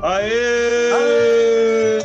Aê!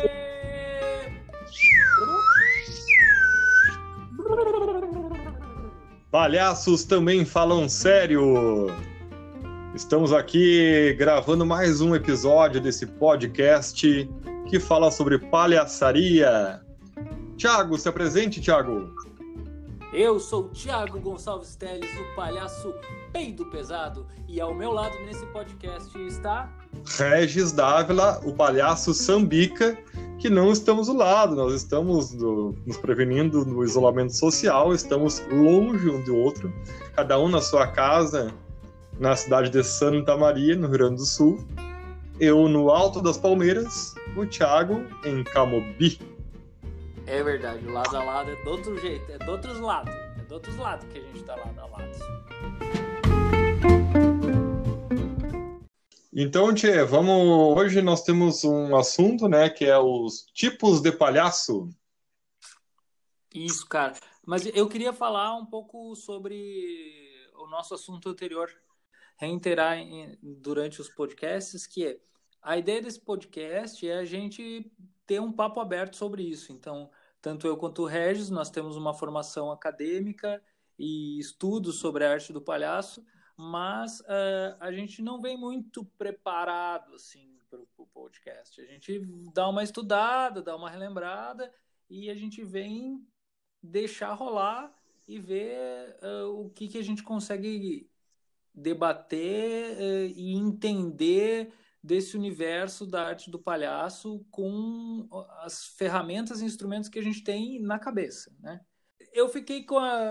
Palhaços também falam sério. Estamos aqui gravando mais um episódio desse podcast que fala sobre palhaçaria. Tiago, se apresente, Tiago. Eu sou o Thiago Gonçalves Teles, o palhaço peido pesado, e ao meu lado nesse podcast está Regis Dávila, o palhaço sambica, que não estamos do lado, nós estamos nos prevenindo no isolamento social, estamos longe um do outro, cada um na sua casa, na cidade de Santa Maria, no Rio Grande do Sul. Eu no Alto das Palmeiras, o Thiago em Camobi. É verdade, o lado a lado é do outro jeito, é do outros lados. É do outros lados que a gente tá lado a lado. Então, Tchê, hoje nós temos um assunto, né, que é os tipos de palhaço. Isso, cara. Mas eu queria falar um pouco sobre o nosso assunto anterior, reiterar durante os podcasts, que é a ideia desse podcast é a gente ter um papo aberto sobre isso. Então, tanto eu quanto o Regis, nós temos uma formação acadêmica e estudos sobre a arte do palhaço, mas a gente não vem muito preparado assim, para o podcast. A gente dá uma estudada, dá uma relembrada e a gente vem deixar rolar e ver o que a gente consegue debater e entender desse universo da arte do palhaço com as ferramentas e instrumentos que a gente tem na cabeça, né? Eu fiquei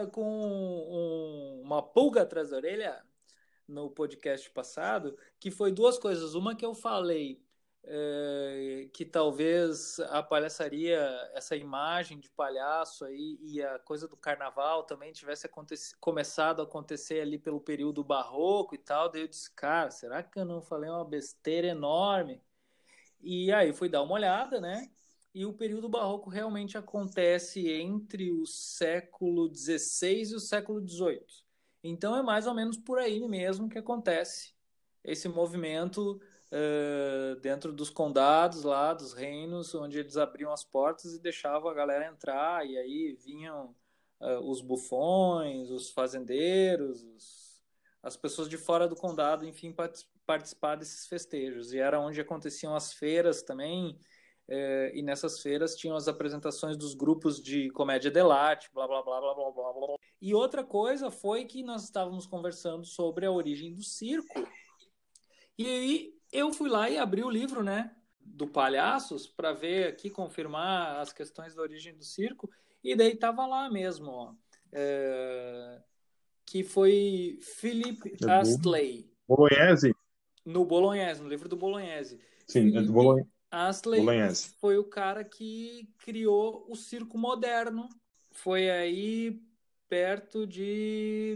com uma pulga atrás da orelha no podcast passado, que foi duas coisas. Uma que eu falei que talvez a palhaçaria, essa imagem de palhaço aí e a coisa do carnaval também tivesse começado a acontecer ali pelo período barroco e tal. Daí eu disse, cara, será que eu não falei uma besteira enorme? E aí fui dar uma olhada, né? E o período barroco realmente acontece entre o século XVI e o século XVIII. Então é mais ou menos por aí mesmo que acontece esse movimento dentro dos condados lá, dos reinos, onde eles abriam as portas e deixavam a galera entrar, e aí vinham os bufões, os fazendeiros, as pessoas de fora do condado, enfim, participar desses festejos. E era onde aconteciam as feiras também, e nessas feiras tinham as apresentações dos grupos de comédia dell'arte, blá, blá, blá, blá, blá, blá, blá. E outra coisa foi que nós estávamos conversando sobre a origem do circo, e aí eu fui lá e abri o livro, né, do Palhaços, para ver aqui, confirmar as questões da origem do circo, e daí tava lá mesmo, ó, que foi Philip Astley. Bolognese? No Bolognese, no livro do Bolognese. Sim, é do Astley Bolognese. foi o cara que criou o circo moderno. Foi aí perto de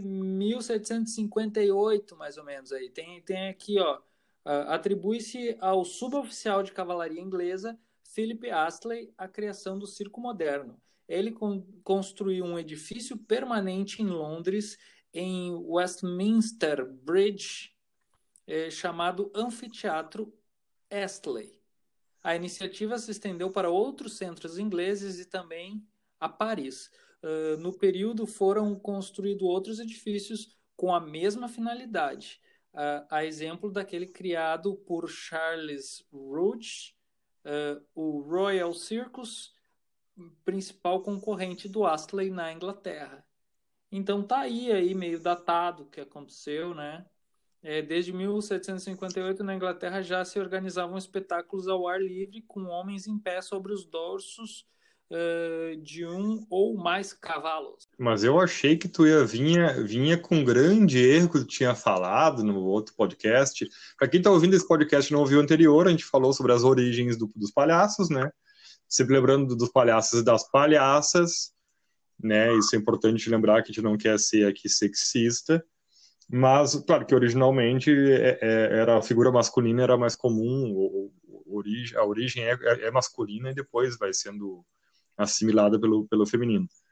1758, mais ou menos. Aí. Tem aqui, ó, atribui-se ao suboficial de cavalaria inglesa Philip Astley a criação do circo moderno. Ele construiu um edifício permanente em Londres, em Westminster Bridge, chamado Anfiteatro Astley. A iniciativa se estendeu para outros centros ingleses e também a Paris. No período foram construídos outros edifícios com a mesma finalidade, a exemplo daquele criado por Charles Roach, o Royal Circus, principal concorrente do Astley na Inglaterra. Então tá aí meio datado o que aconteceu, né? Desde 1758, na Inglaterra, já se organizavam espetáculos ao ar livre com homens em pé sobre os dorsos de um ou mais cavalos. Mas eu achei que tu vinha com um grande erro que tu tinha falado no outro podcast. Para quem está ouvindo esse podcast e não ouviu o anterior, a gente falou sobre as origens dos palhaços, né? Sempre lembrando dos palhaços e das palhaças, né? Isso é importante lembrar que a gente não quer ser aqui sexista. Mas, claro que originalmente era a figura masculina era mais comum, a origem é masculina e depois vai sendo assimilada pelo feminino.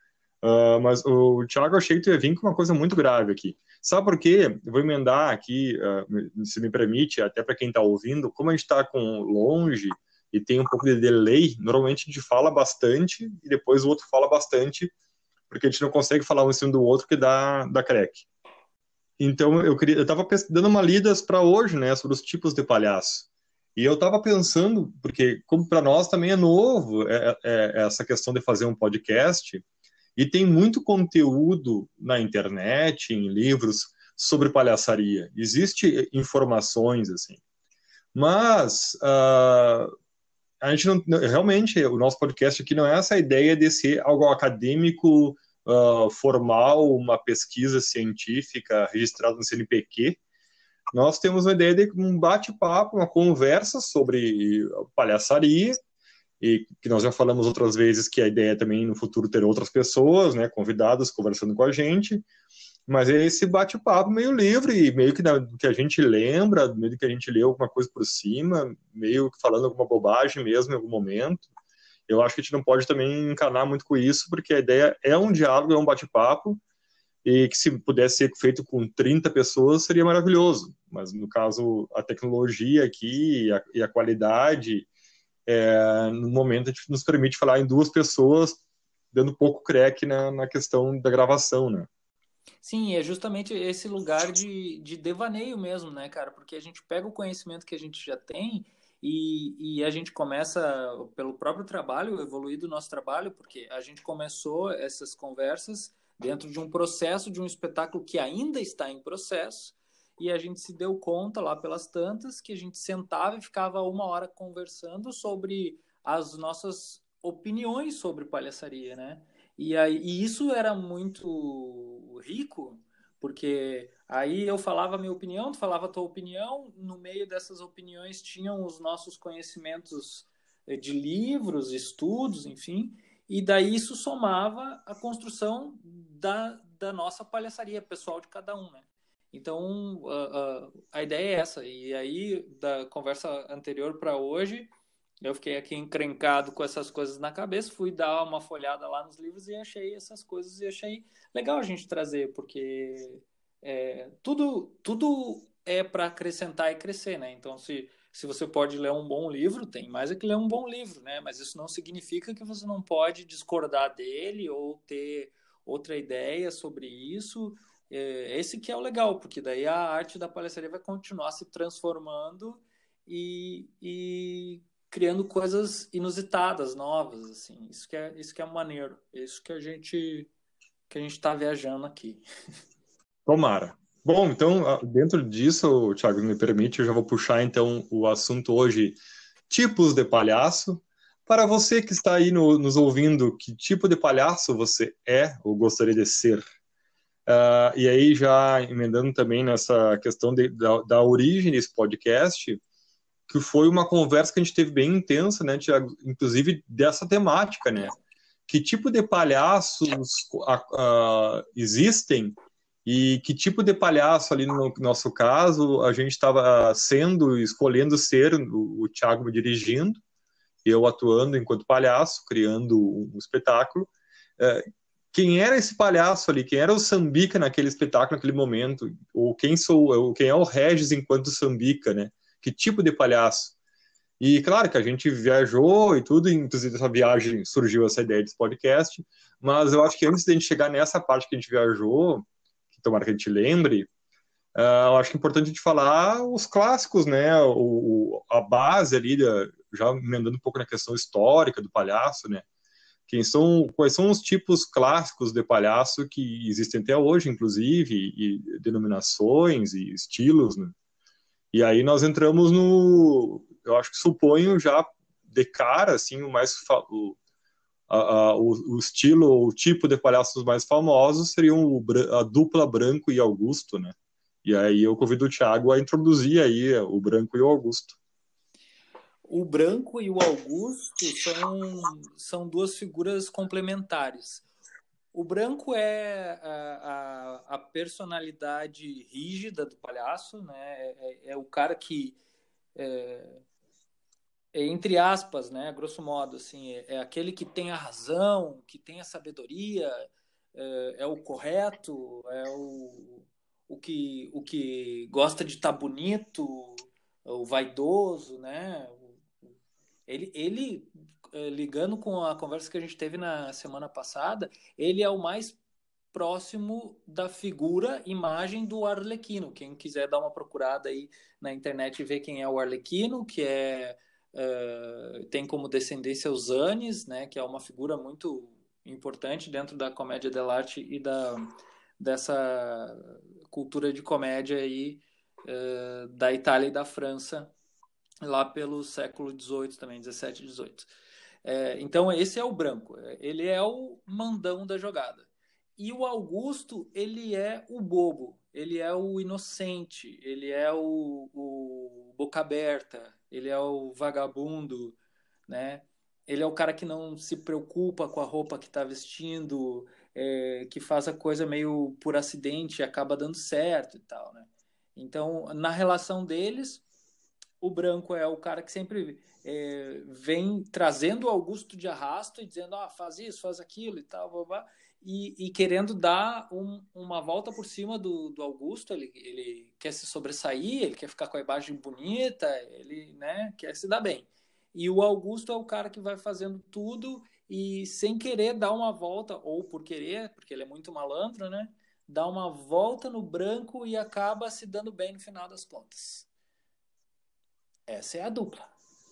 Mas o Thiago, achei que tu ia vir com uma coisa muito grave aqui. Sabe por quê? Eu vou emendar aqui, se me permite, até para quem está ouvindo, como a gente está longe e tem um pouco de delay, normalmente a gente fala bastante e depois o outro fala bastante, porque a gente não consegue falar um em cima do outro que dá crack. Então eu estava dando uma lida para hoje, né, sobre os tipos de palhaço. E eu estava pensando, porque como para nós também é novo essa questão de fazer um podcast, e tem muito conteúdo na internet, em livros, sobre palhaçaria. Existe informações, assim. Mas a gente não, realmente, o nosso podcast aqui não é essa ideia de ser algo acadêmico, formal, uma pesquisa científica registrada no CNPq. Nós temos uma ideia de um bate-papo, uma conversa sobre palhaçaria, e que nós já falamos outras vezes que a ideia é também no futuro ter outras pessoas, né, convidados conversando com a gente, mas é esse bate-papo meio livre, meio que do que a gente lembra, meio que a gente lê alguma coisa por cima, meio que falando alguma bobagem mesmo em algum momento. Eu acho que a gente não pode também encanar muito com isso, porque a ideia é um diálogo, é um bate-papo, e que se pudesse ser feito com 30 pessoas seria maravilhoso, mas no caso a tecnologia aqui e a qualidade no momento a gente nos permite falar em duas pessoas, dando pouco crack na questão da gravação, né? Sim, é justamente esse lugar de devaneio mesmo, né, cara? Porque a gente pega o conhecimento que a gente já tem e a gente começa, pelo próprio trabalho, evoluir do nosso trabalho, porque a gente começou essas conversas dentro de um processo, de um espetáculo que ainda está em processo, e a gente se deu conta lá pelas tantas que a gente sentava e ficava uma hora conversando sobre as nossas opiniões sobre palhaçaria, né? E isso era muito rico, porque aí eu falava a minha opinião, tu falava a tua opinião, no meio dessas opiniões tinham os nossos conhecimentos de livros, estudos, enfim, e daí isso somava a construção da nossa palhaçaria pessoal de cada um, né? Então, a ideia é essa. E aí, da conversa anterior para hoje, eu fiquei aqui encrencado com essas coisas na cabeça, fui dar uma folhada lá nos livros e achei essas coisas e achei legal a gente trazer, porque tudo é para acrescentar e crescer, né? Então, se você pode ler um bom livro, tem mais é que ler um bom livro, né? Mas isso não significa que você não pode discordar dele ou ter outra ideia sobre isso. Esse que é o legal, porque daí a arte da palhaçaria vai continuar se transformando e criando coisas inusitadas, novas, assim. Isso que é maneiro. Isso que a gente está viajando aqui. Tomara. Bom, então, dentro disso, Thiago, me permite, eu já vou puxar então o assunto hoje, tipos de palhaço. Para você que está aí nos ouvindo, que tipo de palhaço você é ou gostaria de ser? E aí, já emendando também nessa questão da origem desse podcast, que foi uma conversa que a gente teve bem intensa, né, Thiago? Inclusive dessa temática, né? Que tipo de palhaços existem e que tipo de palhaço ali no nosso caso a gente estava escolhendo ser, o Thiago me dirigindo, eu atuando enquanto palhaço, criando um espetáculo. Quem era esse palhaço ali? Quem era o Sambica naquele espetáculo, naquele momento? Ou quem é o Regis enquanto Sambica, né? Que tipo de palhaço? E claro que a gente viajou e tudo, inclusive essa viagem surgiu essa ideia desse podcast, mas eu acho que antes de a gente chegar nessa parte que a gente viajou, que tomara que a gente lembre, eu acho que é importante a gente falar os clássicos, né? A base ali, já emendando um pouco na questão histórica do palhaço, né? Quais são os tipos clássicos de palhaço que existem até hoje, inclusive, e denominações e estilos, né? E aí nós entramos eu acho que suponho já de cara, assim, o estilo, o tipo de palhaços mais famosos seriam a dupla Branco e Augusto, né? E aí eu convido o Thiago a introduzir aí o Branco e o Augusto. O Branco e o Augusto são duas figuras complementares. O Branco é a personalidade rígida do palhaço, né? É o cara que, entre aspas, né, grosso modo, assim, é aquele que tem a razão, que tem a sabedoria, é o correto, é o que gosta de estar bonito, o vaidoso, né? Ele ligando com a conversa que a gente teve na semana passada, ele é o mais próximo da figura, imagem do Arlequino. Quem quiser dar uma procurada aí na internet e ver quem é o Arlequino, que tem como descendência os Anis, né, que é uma figura muito importante dentro da comédia dell'arte e dessa cultura de comédia aí, da Itália e da França, lá pelo século XVIII também, 17 e 18. Então esse é o Branco, ele é o mandão da jogada. E o Augusto, ele é o bobo, ele é o inocente, ele é o boca aberta, ele é o vagabundo, né? Ele é o cara que não se preocupa com a roupa que está vestindo, que faz a coisa meio por acidente e acaba dando certo e tal, né? Então, na relação deles, o Branco é o cara que sempre vem trazendo o Augusto de arrasto e dizendo, faz isso, faz aquilo e tal, blá, blá, e querendo dar uma volta por cima do Augusto. Ele quer se sobressair, ele quer ficar com a imagem bonita, ele, né, quer se dar bem. E o Augusto é o cara que vai fazendo tudo e sem querer dar uma volta, ou por querer, porque ele é muito malandro, né, dá uma volta no Branco e acaba se dando bem no final das contas. Essa é a dupla.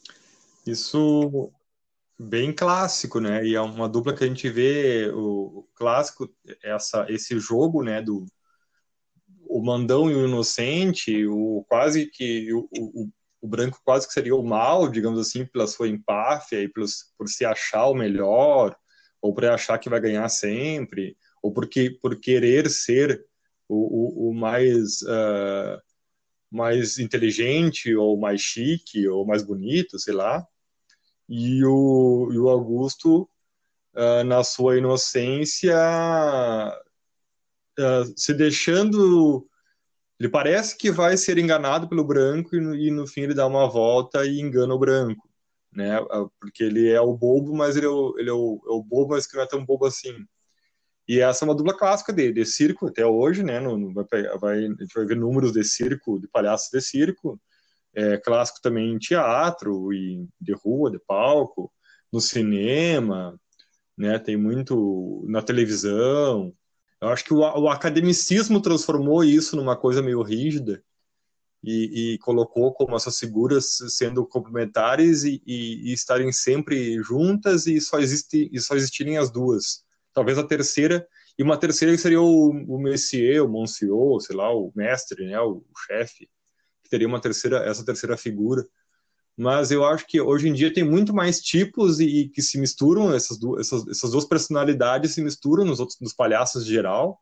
Isso bem clássico, né? E é uma dupla que a gente vê o clássico, esse jogo, né? O mandão e o inocente, o quase que o branco quase que seria o mal, digamos assim, pela sua empáfia e por se achar o melhor, ou por achar que vai ganhar sempre, ou por querer ser o mais inteligente, ou mais chique, ou mais bonito, sei lá. E o Augusto, na sua inocência, se deixando. Ele parece que vai ser enganado pelo branco e no fim ele dá uma volta e engana o branco, né? Porque ele é o bobo, mas ele é o bobo, mas que não é tão bobo assim. E essa é uma dupla clássica de circo até hoje, né? A gente vai ver números de circo, de palhaços de circo. É clássico também em teatro, e de rua, de palco, no cinema, né? Tem muito na televisão. Eu acho que o academicismo transformou isso numa coisa meio rígida e colocou como essas figuras sendo complementares e estarem sempre juntas e só existirem as duas. Talvez a terceira, e uma terceira que seria o Messier, o Monsieur, sei lá, o mestre, né? O chefe, que teria essa terceira figura. Mas eu acho que hoje em dia tem muito mais tipos e que se misturam, essas duas personalidades se misturam nos palhaços em geral,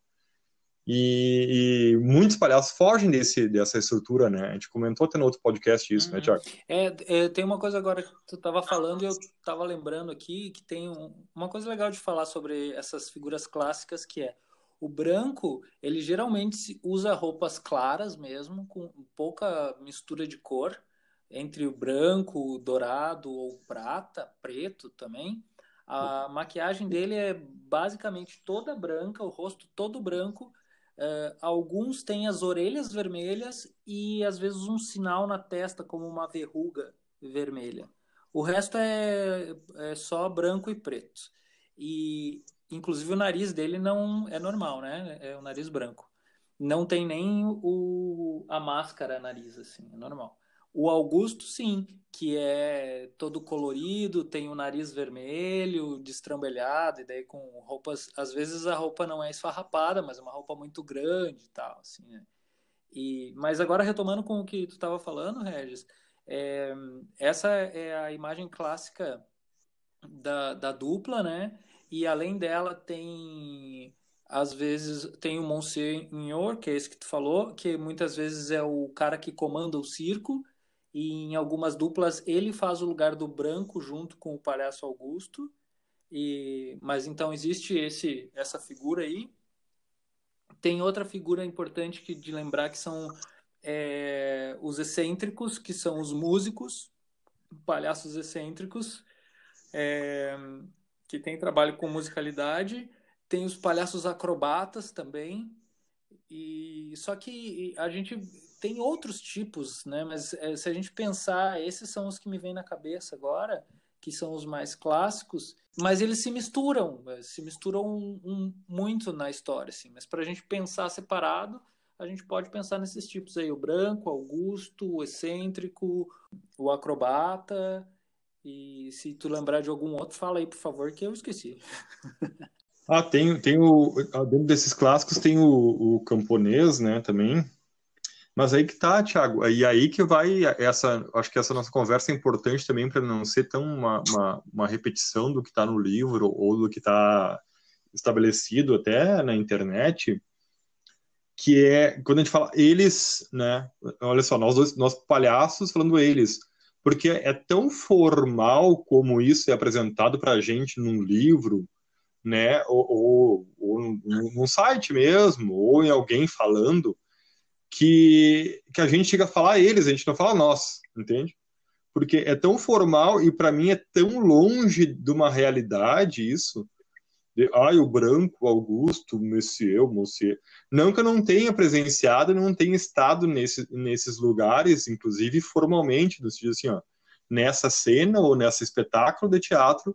e muitos palhaços fogem dessa estrutura, né? A gente comentou até no outro podcast isso, né, Thiago? Tem uma coisa agora que tu estava falando e eu estava lembrando aqui que tem uma coisa legal de falar sobre essas figuras clássicas, que é o branco, ele geralmente usa roupas claras mesmo, com pouca mistura de cor, entre o branco, o dourado ou prata, preto também. A maquiagem dele é basicamente toda branca, o rosto todo branco. Alguns têm as orelhas vermelhas e às vezes um sinal na testa, como uma verruga vermelha. O resto é só branco e preto. E, inclusive, o nariz dele não é normal, né? É o nariz branco. Não tem nem a máscara nariz, assim, é normal. O Augusto, sim, que é todo colorido, tem o nariz vermelho, destrambelhado, e daí com roupas. Às vezes a roupa não é esfarrapada, mas é uma roupa muito grande e tal, assim, né? Mas agora, retomando com o que tu estava falando, Regis, essa é a imagem clássica da dupla, né? E além dela às vezes tem o Monsignor, que é esse que tu falou, que muitas vezes é o cara que comanda o circo, e em algumas duplas ele faz o lugar do branco junto com o palhaço Augusto. Mas então existe essa figura aí. Tem outra figura importante de lembrar, que são os excêntricos, que são os músicos, palhaços excêntricos, que tem trabalho com musicalidade. Tem os palhaços acrobatas também. E só que a gente tem outros tipos, né? Mas se a gente pensar, esses são os que me vêm na cabeça agora, que são os mais clássicos, mas eles se misturam muito na história, assim. Mas para a gente pensar separado, a gente pode pensar nesses tipos aí: o branco, o Augusto, o excêntrico, o acrobata. E se tu lembrar de algum outro, fala aí, por favor, que eu esqueci. Dentro desses clássicos tem o camponês, né, também. Mas aí que tá, Thiago, e aí que vai acho que essa nossa conversa é importante também para não ser tão uma repetição do que está no livro ou do que está estabelecido até na internet, que é quando a gente fala eles, né? Olha só, nós palhaços falando eles, porque é tão formal como isso é apresentado para a gente num livro, né? Ou num site mesmo, ou em alguém falando, que a gente chega a falar eles, a gente não fala nós, entende? Porque é tão formal e para mim é tão longe de uma realidade isso. O branco, o Augusto, o Monsieur, o Monsieur. Não que eu não tenha presenciado, não tenha estado nesses lugares, inclusive formalmente, do sentido assim, ó, nessa cena ou nesse espetáculo de teatro,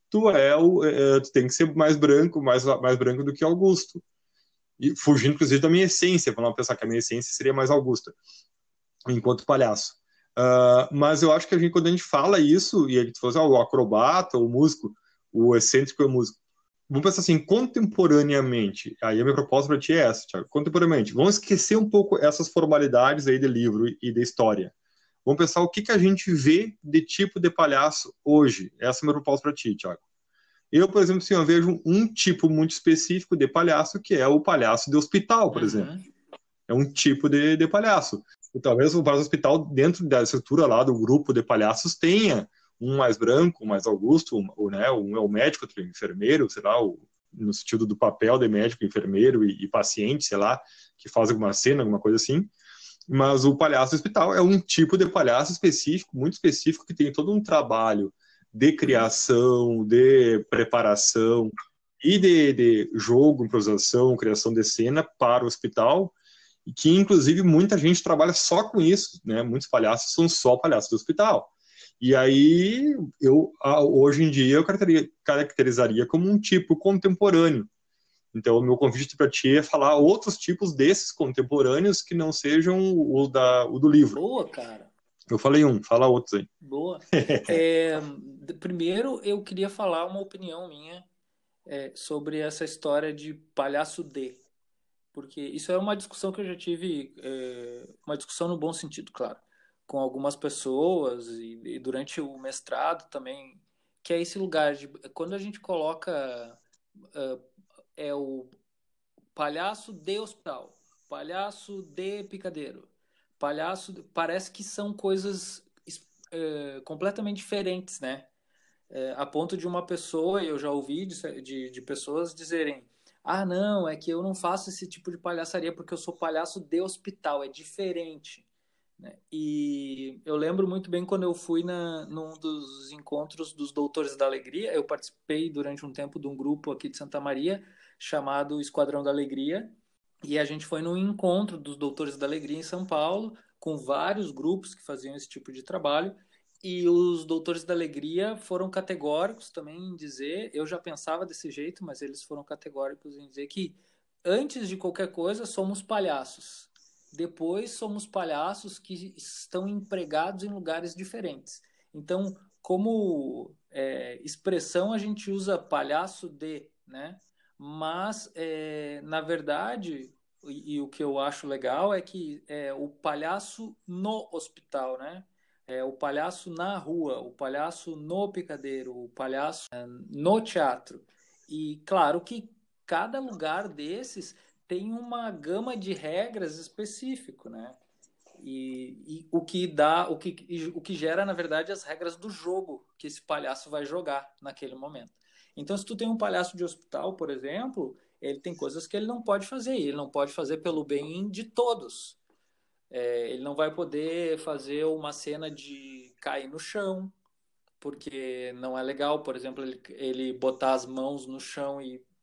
tu tem que ser mais branco do que Augusto. E fugindo, inclusive, da minha essência, vamos pensar que a minha essência seria mais Augusta, enquanto palhaço. Mas eu acho que quando a gente fala isso, e a gente fala assim, o acrobata, o músico, o excêntrico é o músico, vamos pensar assim, contemporaneamente, aí a minha proposta para ti é essa, Thiago, contemporaneamente, vamos esquecer um pouco essas formalidades aí de livro e da história. Vamos pensar o que a gente vê de tipo de palhaço hoje. Essa é a minha proposta para ti, Thiago. Eu, por exemplo, assim, eu vejo um tipo muito específico de palhaço, que é o palhaço de hospital, por exemplo. É um tipo de palhaço. E talvez o palhaço de hospital, dentro da estrutura lá do grupo de palhaços, tenha um mais branco, um mais Augusto, né, um é o médico, outro é o enfermeiro, sei lá, no sentido do papel de médico, enfermeiro e paciente, sei lá, que faz alguma cena, alguma coisa assim. Mas o palhaço de hospital é um tipo de palhaço específico, muito específico, que tem todo um trabalho de criação, de preparação e de jogo, improvisação, criação de cena para o hospital, e que inclusive muita gente trabalha só com isso, né? Muitos palhaços são só palhaços do hospital. E aí hoje em dia eu caracterizaria como um tipo contemporâneo. Então o meu convite para ti é falar outros tipos desses contemporâneos que não sejam o do livro. Boa, cara. Eu falei fala outros aí. Boa. Primeiro, eu queria falar uma opinião minha sobre essa história de palhaço D. Porque isso é uma discussão que eu já tive, uma discussão no bom sentido, claro, com algumas pessoas e durante o mestrado também, que é esse lugar de quando a gente coloca o palhaço de hospital, palhaço de picadeiro, palhaço, parece que são coisas completamente diferentes, né? A ponto de uma pessoa, eu já ouvi de pessoas dizerem: ah, não, é que eu não faço esse tipo de palhaçaria porque eu sou palhaço de hospital, é diferente. Né? E eu lembro muito bem quando eu fui num dos encontros dos Doutores da Alegria, eu participei durante um tempo de um grupo aqui de Santa Maria chamado Esquadrão da Alegria, e a gente foi num encontro dos Doutores da Alegria em São Paulo, com vários grupos que faziam esse tipo de trabalho, e os Doutores da Alegria foram categóricos também em dizer, eu já pensava desse jeito, mas eles foram categóricos em dizer que antes de qualquer coisa somos palhaços. Depois somos palhaços que estão empregados em lugares diferentes. Então, como expressão, a gente usa palhaço de, né? Mas, na verdade, o que eu acho legal é que o palhaço no hospital, né? O palhaço na rua, o palhaço no picadeiro, o palhaço no teatro. E claro que cada lugar desses tem uma gama de regras específico, né? E o que gera, na verdade, as regras do jogo que esse palhaço vai jogar naquele momento. Então, se tu tem um palhaço de hospital, por exemplo, ele tem coisas que ele não pode fazer. Ele não pode fazer pelo bem de todos. Ele não vai poder fazer uma cena de cair no chão, porque não é legal, por exemplo, ele botar as mãos no chão e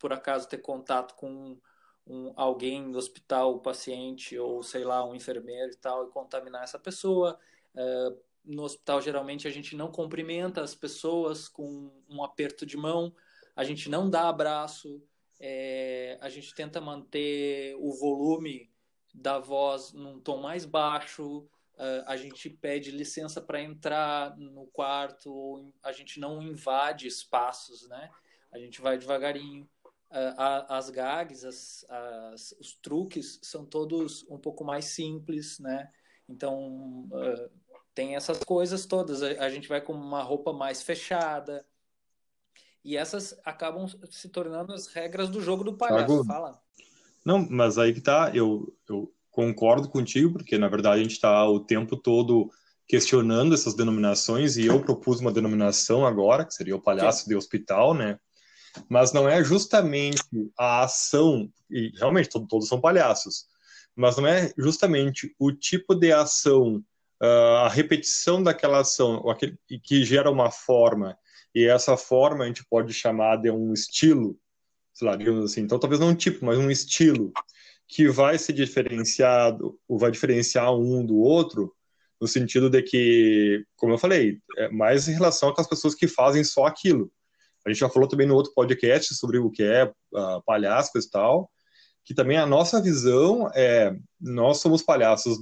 por acaso ter contato com alguém no hospital, o paciente, ou sei lá, um enfermeiro e tal, e contaminar essa pessoa. No hospital, geralmente, a gente não cumprimenta as pessoas com um aperto de mão, a gente não dá abraço, a gente tenta manter o volume da voz num tom mais baixo, a gente pede licença para entrar no quarto, a gente não invade espaços, né? A gente vai devagarinho. As gags, os truques são todos um pouco mais simples, né? Então, tem essas coisas todas. A gente vai com uma roupa mais fechada. E essas acabam se tornando as regras do jogo do palhaço. Thiago, Fala. não, mas aí que tá, eu concordo contigo, porque na verdade a gente está o tempo todo questionando essas denominações, e eu propus uma denominação agora, que seria o palhaço Sim. de hospital, né? Mas não é justamente a ação, e realmente todos são palhaços, mas não é justamente o tipo de ação, a repetição daquela ação, que gera uma forma, e essa forma a gente pode chamar de um estilo, sei lá, digamos assim. Então, talvez não um tipo, mas um estilo que vai se diferenciado, ou vai diferenciar um do outro, no sentido de que, como eu falei, é mais em relação com as pessoas que fazem só aquilo. A gente já falou também no outro podcast sobre o que é palhaço e tal, que também a nossa visão é, nós somos palhaços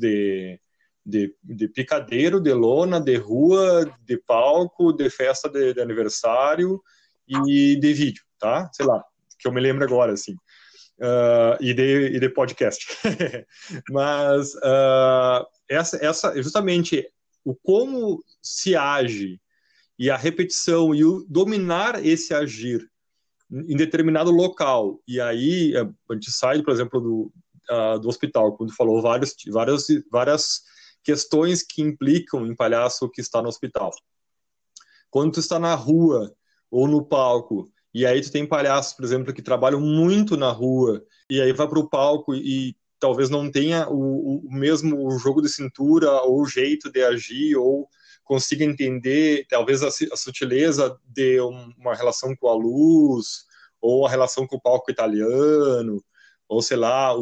de picadeiro, de lona, de rua, de palco, de festa de aniversário e de vídeo, tá? Sei lá, que eu me lembro agora, assim. E de podcast. Mas justamente o como se age e a repetição e o dominar esse agir em determinado local. E aí a gente sai, por exemplo, do hospital, quando falou várias questões que implicam em palhaço que está no hospital. Quando tu está na rua ou no palco, e aí tu tem palhaços, por exemplo, que trabalham muito na rua, e aí vai para o palco e talvez não tenha o mesmo jogo de cintura, ou o jeito de agir, ou consiga entender, talvez, a sutileza de uma relação com a luz, ou a relação com o palco italiano, ou sei lá,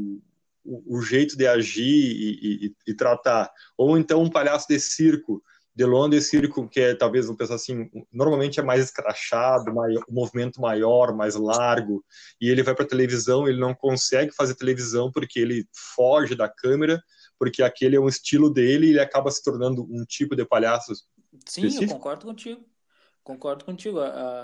o jeito de agir e tratar. Ou então um palhaço de circo, de Londres, circo, que é, talvez, vamos pensar assim, normalmente é mais escrachado, um movimento maior, mais largo, e ele vai para a televisão, ele não consegue fazer televisão porque ele foge da câmera, porque aquele é um estilo dele e ele acaba se tornando um tipo de palhaço Sim, eu específico. concordo contigo. Concordo contigo.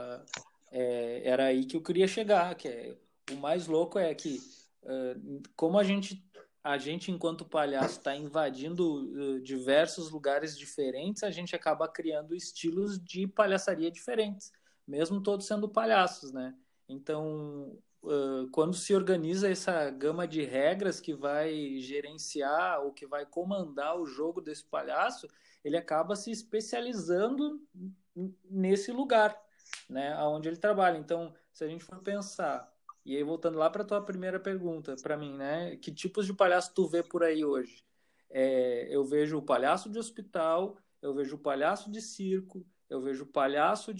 Era aí que eu queria chegar, o mais louco é que como a gente enquanto palhaço está invadindo diversos lugares diferentes, a gente acaba criando estilos de palhaçaria diferentes, mesmo todos sendo palhaços, né? Então, quando se organiza essa gama de regras que vai gerenciar ou que vai comandar o jogo desse palhaço, ele acaba se especializando nesse lugar, né, onde ele trabalha. Então, se a gente for pensar, e aí voltando lá para tua primeira pergunta para mim, né, que tipos de palhaço tu vê por aí hoje? Eu vejo o palhaço de hospital, eu vejo o palhaço de circo, eu vejo o palhaço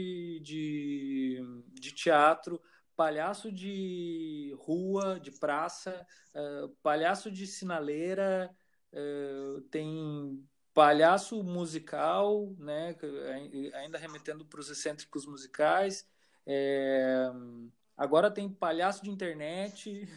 de teatro, palhaço de rua, de praça, palhaço de sinaleira, tem palhaço musical, né? Ainda remetendo para os excêntricos musicais. Agora tem palhaço de internet,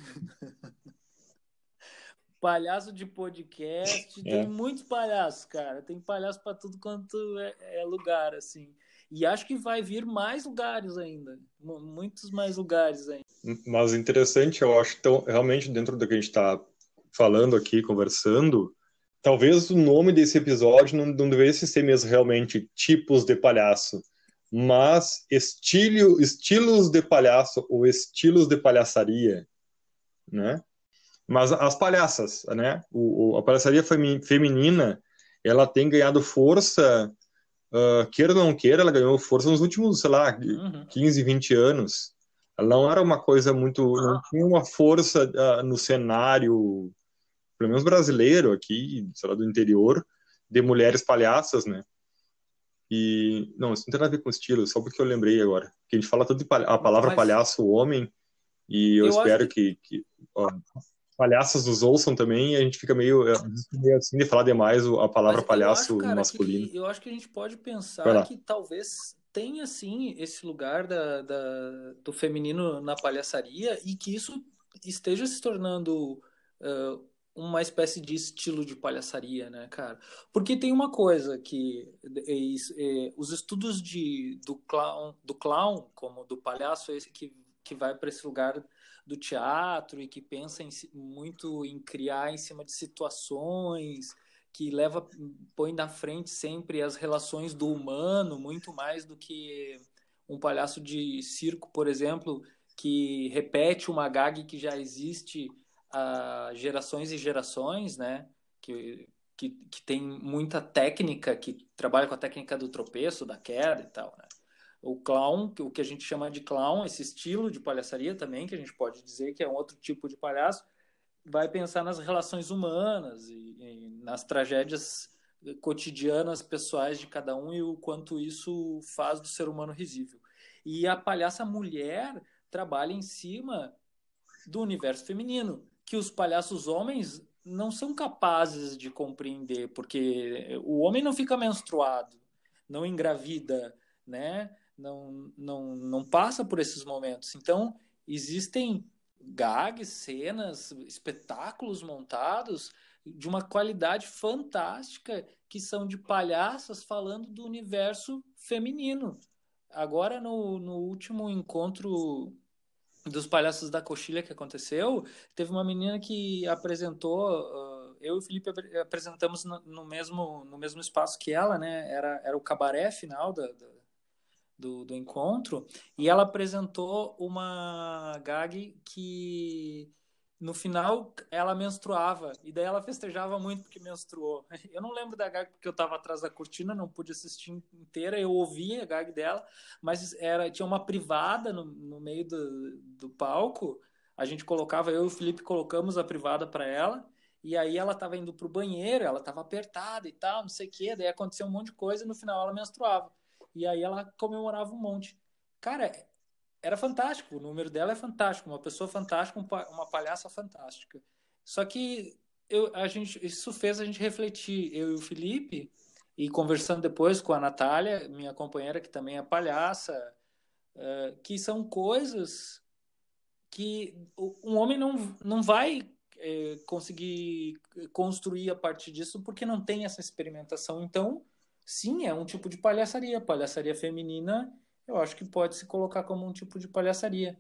palhaço de podcast, tem muitos palhaços, cara. Tem palhaço para tudo quanto é lugar, assim. E acho que vai vir mais lugares ainda, muitos mais lugares ainda. Mas interessante, eu acho, então, realmente, dentro do que a gente está falando aqui, conversando, talvez o nome desse episódio não devesse ser mesmo realmente tipos de palhaço, mas estilos de palhaço ou estilos de palhaçaria, né? Mas as palhaças, né? A palhaçaria feminina, ela tem ganhado força, queira ou não queira, ela ganhou força nos últimos, sei lá, 15, 20 anos. Ela não era uma coisa muito, não tinha uma força no cenário, pelo menos brasileiro aqui, sei lá, do interior, de mulheres palhaças, né? E, não, isso não tem nada a ver com estilo, só porque eu lembrei agora. Que a gente fala tanto de a palavra Mas palhaço homem, e eu eu acho espero que que ó, palhaços nos ouçam também, e a gente fica meio assim de falar demais a palavra Mas eu acho, palhaço no cara, masculino. que eu acho que a gente pode Vai pensar lá. que talvez tenha sim esse lugar do feminino na palhaçaria e que isso esteja se tornando uma espécie de estilo de palhaçaria, né, cara? Porque tem uma coisa que os estudos do clown, como do palhaço, esse que vai para esse lugar do teatro e que pensa muito em criar em cima de situações que põe na frente sempre as relações do humano, muito mais do que um palhaço de circo, por exemplo, que repete uma gag que já existe há gerações e gerações, né? Que tem muita técnica, que trabalha com a técnica do tropeço, da queda e tal, né? O clown, o que a gente chama de clown, esse estilo de palhaçaria também, que a gente pode dizer que é um outro tipo de palhaço, vai pensar nas relações humanas e nas tragédias cotidianas, pessoais de cada um e o quanto isso faz do ser humano risível. E a palhaça mulher trabalha em cima do universo feminino, que os palhaços homens não são capazes de compreender, porque o homem não fica menstruado, não engravida, né? Não passa por esses momentos. Então, existem gags, cenas, espetáculos montados de uma qualidade fantástica que são de palhaças falando do universo feminino. Agora, no último encontro dos palhaços da coxilha que aconteceu, teve uma menina que apresentou, eu e o Felipe apresentamos no mesmo espaço que ela, né? Era o cabaré final do encontro, e ela apresentou uma gag que no final ela menstruava, e daí ela festejava muito porque menstruou. Eu não lembro da gag porque eu estava atrás da cortina, não pude assistir inteira, eu ouvi a gag dela, mas tinha uma privada no meio do palco, a gente colocava, eu e o Felipe colocamos a privada para ela, e aí ela estava indo pro banheiro, ela estava apertada e tal, não sei o quê, daí aconteceu um monte de coisa e no final ela menstruava. E aí ela comemorava um monte. Cara, era fantástico, o número dela é fantástico, uma pessoa fantástica, uma palhaça fantástica. Só que isso fez a gente refletir, eu e o Felipe, e conversando depois com a Natália, minha companheira, que também é palhaça, que são coisas que um homem não vai conseguir construir a partir disso porque não tem essa experimentação. Então, sim, é um tipo de palhaçaria. Palhaçaria feminina, eu acho que pode se colocar como um tipo de palhaçaria.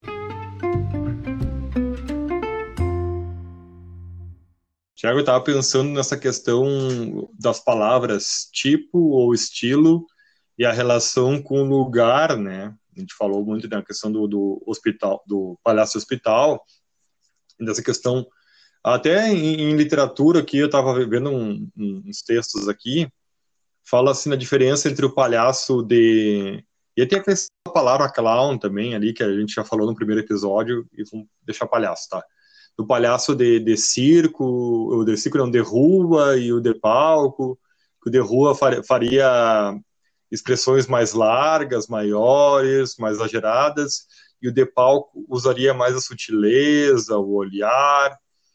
Tiago, eu estava pensando nessa questão das palavras tipo ou estilo e a relação com o lugar, né? A gente falou muito da questão do hospital, do palhaço hospital, dessa questão até em literatura aqui, eu estava vendo uns textos aqui, fala assim na diferença entre o palhaço de... E até a questão da palavra clown também ali, que a gente já falou no primeiro episódio, e vamos deixar palhaço, tá? Do palhaço de circo, o de circo não, de rua e o de palco, que o de rua faria expressões mais largas, maiores, mais exageradas, e o de palco usaria mais a sutileza, o olhar.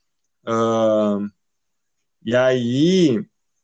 E aí,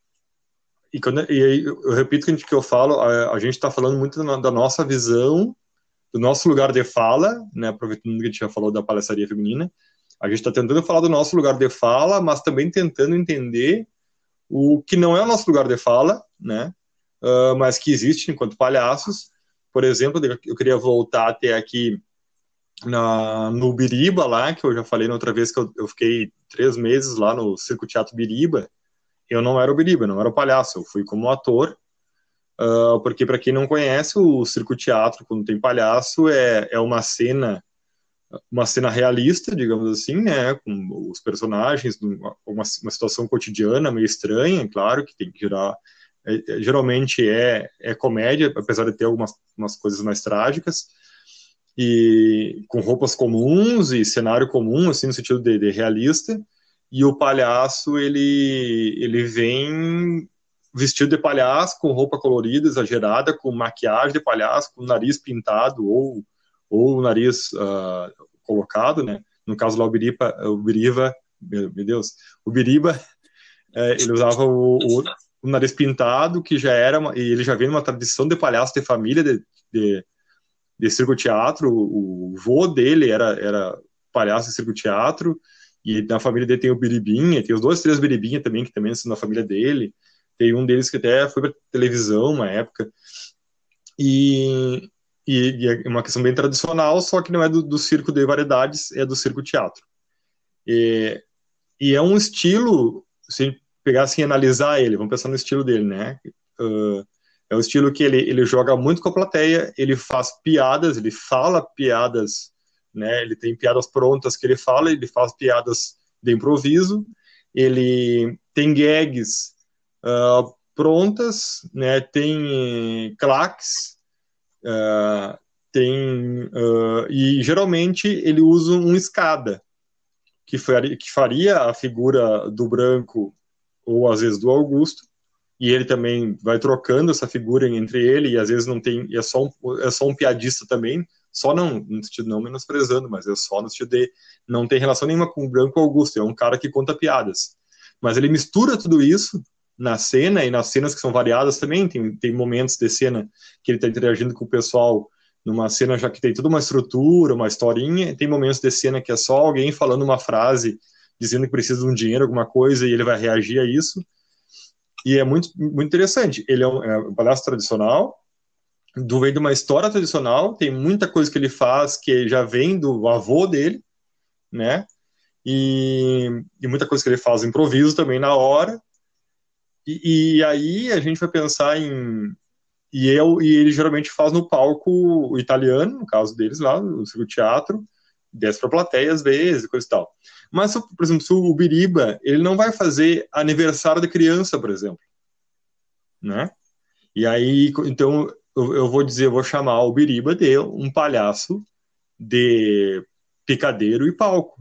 e aí eu repito que eu falo, a gente está falando muito da nossa visão, do nosso lugar de fala, né, aproveitando que a gente já falou da palhaçaria feminina, a gente está tentando falar do nosso lugar de fala, mas também tentando entender o que não é o nosso lugar de fala, né, mas que existe enquanto palhaços. Por exemplo, eu queria voltar até aqui no Biriba, lá, que eu já falei na outra vez que eu fiquei 3 meses lá no Circo Teatro Biriba. Eu não era o Biriba, não era o palhaço, eu fui como ator, porque para quem não conhece, o circo teatro, quando tem palhaço, é uma cena realista, digamos assim, né, com os personagens, uma situação cotidiana meio estranha, claro, que tem que gerar, geralmente é comédia, apesar de ter algumas coisas mais trágicas, e com roupas comuns e cenário comum, assim, no sentido de realista, e o palhaço, ele vem vestido de palhaço, com roupa colorida, exagerada, com maquiagem de palhaço, com o nariz pintado ou o nariz colocado, né? No caso lá, o Biriba, meu Deus, o Biriba, ele usava o nariz pintado, que já era, e ele já vem numa tradição de palhaço de família, de circo-teatro. O vô dele era palhaço de circo-teatro, e na família dele tem o Biribinha, tem os 2, 3 Biribinha também, que também são na família dele. Tem um deles que até foi para televisão uma época. E é uma questão bem tradicional, só que não é do circo de variedades, é do circo-teatro. E é um estilo, se pegar assim e analisar ele, vamos pensar no estilo dele, né? É um estilo que ele joga muito com a plateia, ele faz piadas, ele fala piadas, né? Ele tem piadas prontas que ele faz piadas de improviso, ele tem gags prontas, né? Tem claques, e geralmente ele usa um escada, que faria a figura do Branco ou às vezes do Augusto, e ele também vai trocando essa figura entre ele, e às vezes não tem, é só um piadista também, só não, no sentido não menosprezando, mas é só no sentido de não tem relação nenhuma com o Branco ou Augusto, é um cara que conta piadas. Mas ele mistura tudo isso na cena, e nas cenas que são variadas também, tem momentos de cena que ele está interagindo com o pessoal numa cena já que tem toda uma estrutura, uma historinha, e tem momentos de cena que é só alguém falando uma frase, dizendo que precisa de um dinheiro, alguma coisa, e ele vai reagir a isso. E é muito, muito interessante. Ele é um palhaço tradicional, vem de uma história tradicional, tem muita coisa que ele faz que já vem do avô dele, né? E muita coisa que ele faz improviso também na hora. E aí a gente vai pensar em... E ele geralmente faz no palco italiano, no caso deles lá, no circo teatro, desce pra plateia às vezes, coisa e tal. Mas, por exemplo, se o Biriba, ele não vai fazer aniversário de criança, por exemplo, né? E aí, então, eu vou chamar o Biriba de um palhaço de picadeiro e palco.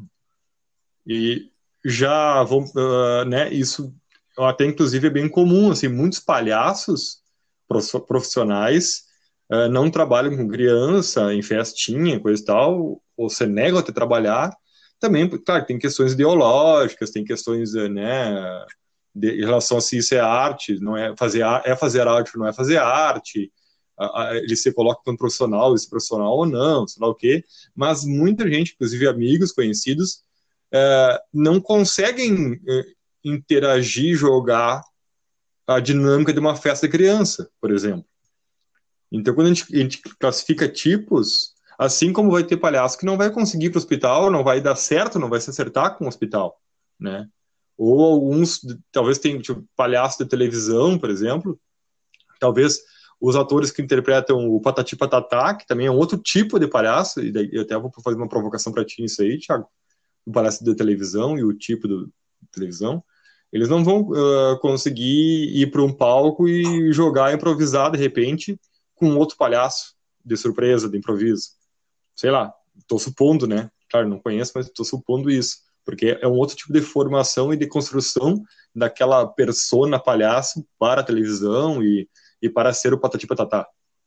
E já vou, né, isso até inclusive é bem comum, assim, muitos palhaços profissionais não trabalham com criança em festinha, coisa e tal, ou se negam a trabalhar. Também, claro, tem questões ideológicas, tem questões, né, em relação a se isso é arte, não é fazer arte, não é fazer arte. Ele se coloca como profissional, esse profissional ou não, sei lá o quê. Mas muita gente, inclusive amigos, conhecidos, não conseguem interagir, jogar a dinâmica de uma festa de criança, por exemplo. Então, quando a gente classifica tipos, assim como vai ter palhaço que não vai conseguir ir para o hospital, não vai dar certo, não vai se acertar com o hospital, né? Ou alguns, talvez tem tipo, palhaço de televisão, por exemplo, talvez os atores que interpretam o Patati Patatá, que também é um outro tipo de palhaço, e daí eu até vou fazer uma provocação para ti nisso aí, Thiago, o palhaço de televisão e o tipo de televisão, eles não vão conseguir ir para um palco e jogar, improvisar de repente com outro palhaço de surpresa, de improviso. Sei lá, estou supondo, né? Claro, não conheço, mas estou supondo isso, porque é um outro tipo de formação e de construção daquela persona palhaço para a televisão e para ser o Patati Patatá.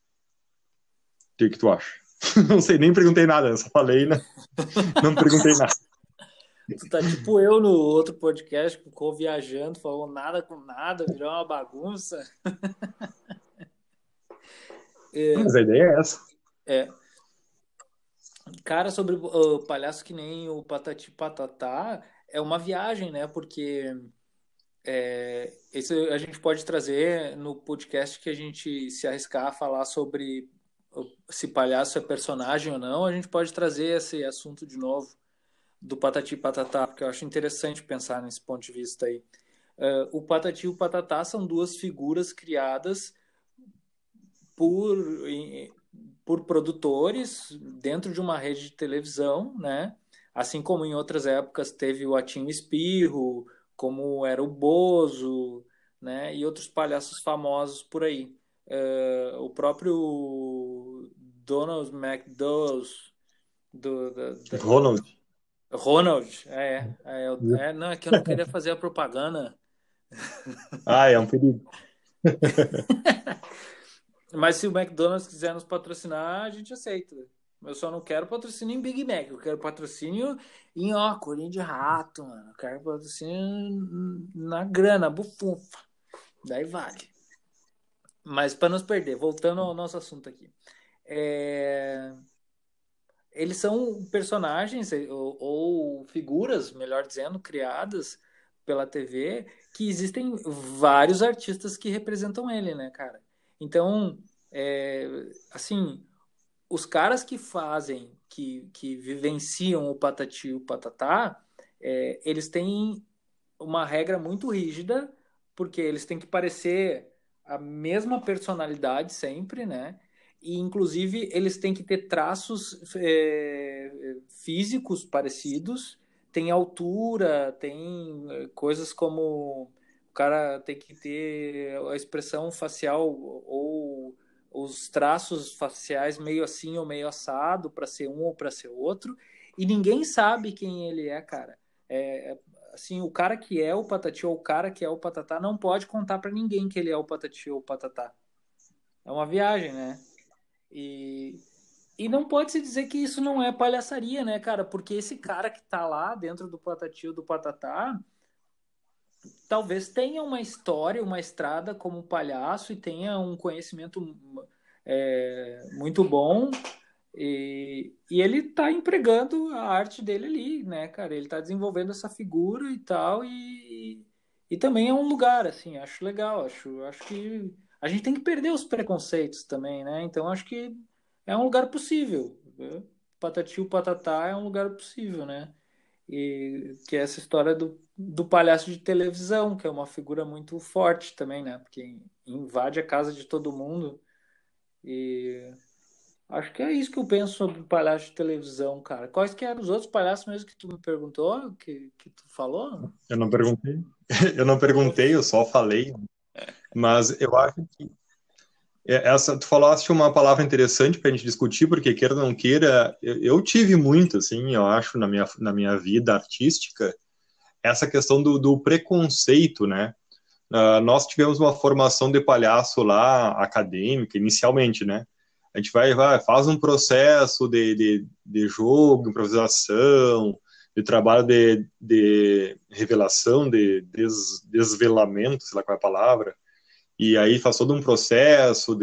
O que tu acha? Não sei, nem perguntei nada, eu só falei, né? Não perguntei nada. Tu tá tipo eu no outro podcast, que ficou viajando, falou nada com nada, virou uma bagunça. Mas a ideia é essa. Cara, sobre palhaço que nem o Patati Patatá, é uma viagem, né? Porque esse a gente pode trazer no podcast que a gente se arriscar a falar sobre se palhaço é personagem ou não, a gente pode trazer esse assunto de novo do Patati Patatá, porque eu acho interessante pensar nesse ponto de vista aí. O Patati e o Patatá são duas figuras criadas por produtores dentro de uma rede de televisão, né? Assim como em outras épocas teve o Atinho Espirro, como era o Bozo, né? E outros palhaços famosos por aí. O próprio Donald McDowell, Ronald. Ronald, não, é que eu não queria fazer a propaganda. É um perigo. Mas se o McDonald's quiser nos patrocinar, a gente aceita. Eu só não quero patrocínio em Big Mac. Eu quero patrocínio em, colinho de rato, mano. Eu quero patrocínio na grana, bufunfa. Daí vale. Mas para nos perder, voltando ao nosso assunto aqui. Eles são personagens ou figuras, melhor dizendo, criadas pela TV, que existem vários artistas que representam ele, né, cara? Então, assim, os caras que fazem, que vivenciam o Patati e o Patatá, eles têm uma regra muito rígida, porque eles têm que parecer a mesma personalidade sempre, né? E, inclusive, eles têm que ter traços físicos parecidos, tem altura, tem coisas como o cara tem que ter a expressão facial ou os traços faciais meio assim ou meio assado para ser um ou para ser outro, e ninguém sabe quem ele é, cara. Assim, o cara que é o Patati ou o cara que é o Patatá não pode contar para ninguém que ele é o Patati ou o Patatá. É uma viagem, né? E, e não pode se dizer que isso não é palhaçaria, né, cara? Porque esse cara que tá lá dentro do Patati ou do Patatá talvez tenha uma história, uma estrada como palhaço e tenha um conhecimento muito bom. E ele tá empregando a arte dele ali, né, cara? Ele tá desenvolvendo essa figura e tal, e também é um lugar, assim, acho legal, acho que a gente tem que perder os preconceitos também, né? Então acho que é um lugar possível, né? Patati e Patatá é um lugar possível, né? E que é essa história do palhaço de televisão, que é uma figura muito forte também, né? Porque invade a casa de todo mundo. E acho que é isso que eu penso sobre o palhaço de televisão, cara. Quais que eram os outros palhaços mesmo que tu me perguntou, que tu falou? Eu não perguntei. Eu não perguntei, eu só falei. Mas eu acho que tu falaste uma palavra interessante para a gente discutir, porque queira ou não queira, eu tive muito, assim, eu acho, na minha vida artística, essa questão do preconceito, né? Nós tivemos uma formação de palhaço lá, acadêmica, inicialmente, né? A gente vai faz um processo de jogo, improvisação, de trabalho de revelação, desvelamento, sei lá qual é a palavra, e aí faz todo um processo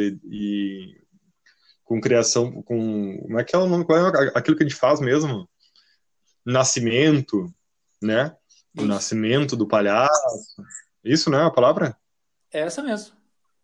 com criação, como é que é o nome, qual é aquilo que a gente faz mesmo? Nascimento, né? O Isso. nascimento do palhaço. Isso, né? A palavra? É essa mesmo.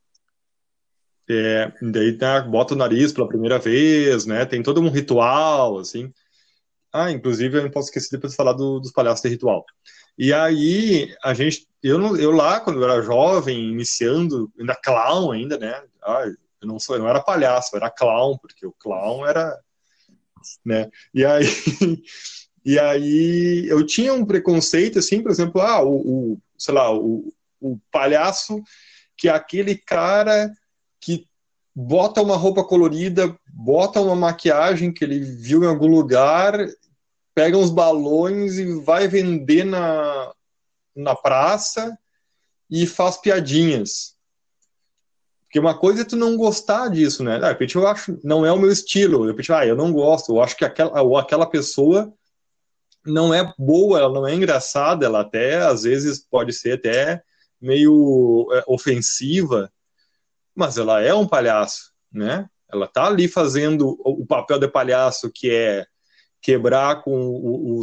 Daí bota o nariz pela primeira vez, né? Tem todo um ritual, assim. Inclusive, eu não posso esquecer depois de falar dos palhaços de ritual. E aí, eu lá, quando eu era jovem, iniciando, ainda clown ainda, né? Eu não era palhaço, eu era clown, porque o clown era, né? E aí, e aí eu tinha um preconceito, assim, por exemplo, sei lá, o palhaço que é aquele cara que bota uma roupa colorida, bota uma maquiagem que ele viu em algum lugar, pega uns balões e vai vender na praça e faz piadinhas. Porque uma coisa é tu não gostar disso, né? De repente eu acho, não é o meu estilo. De repente, eu não gosto. Eu acho que aquela pessoa não é boa, ela não é engraçada, ela até, às vezes, pode ser até meio ofensiva, mas ela é um palhaço, né? Ela tá ali fazendo o papel de palhaço, que é quebrar com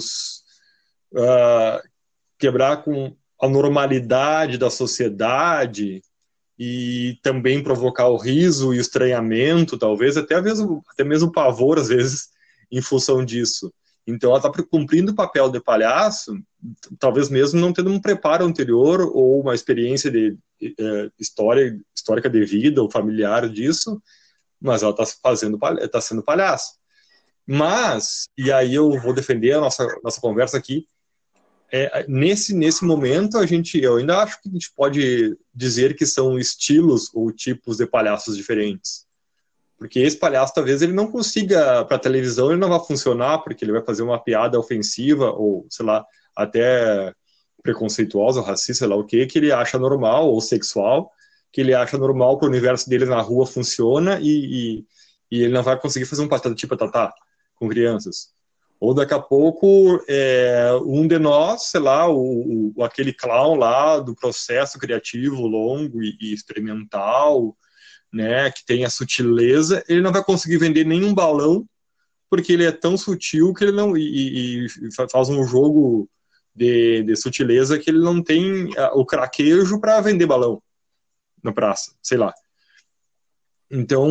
quebrar com a normalidade da sociedade e também provocar o riso e o estranhamento, talvez até mesmo pavor às vezes em função disso. Então ela está cumprindo o papel de palhaço, talvez mesmo não tendo um preparo anterior ou uma experiência de histórica de vida ou familiar disso, mas ela está sendo palhaço. Mas, e aí eu vou defender a nossa conversa aqui, nesse momento eu ainda acho que a gente pode dizer que são estilos ou tipos de palhaços diferentes. Porque esse palhaço, talvez, ele não consiga, para televisão, ele não vai funcionar, porque ele vai fazer uma piada ofensiva, ou, sei lá, até preconceituosa, racista, sei lá o que ele acha normal ou sexual, que ele acha normal para o universo dele na rua funciona e ele não vai conseguir fazer um patati patatá com crianças. Ou daqui a pouco, um de nós, sei lá, aquele clown lá do processo criativo longo e experimental, né, que tem a sutileza, ele não vai conseguir vender nenhum balão, porque ele é tão sutil que ele não... E faz um jogo de sutileza que ele não tem o craquejo para vender balão na praça, sei lá. Então,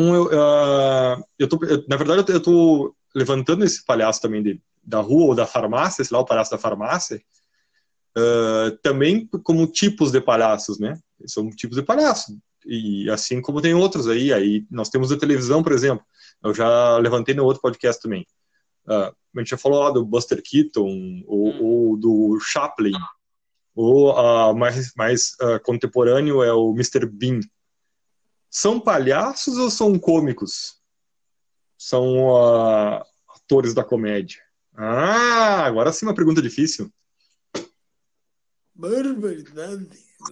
na verdade, eu tô levantando esse palhaço também da rua ou da farmácia, sei lá, o palhaço da farmácia, também como tipos de palhaços, né? São tipos de palhaço. E assim como tem outros aí nós temos a televisão, por exemplo. Eu já levantei no outro podcast também. A gente já falou lá do Buster Keaton, ou do Chaplin, ou mais contemporâneo é o Mr. Bean. São palhaços ou são cômicos? São atores da comédia? Agora sim uma pergunta difícil. Barbaridade.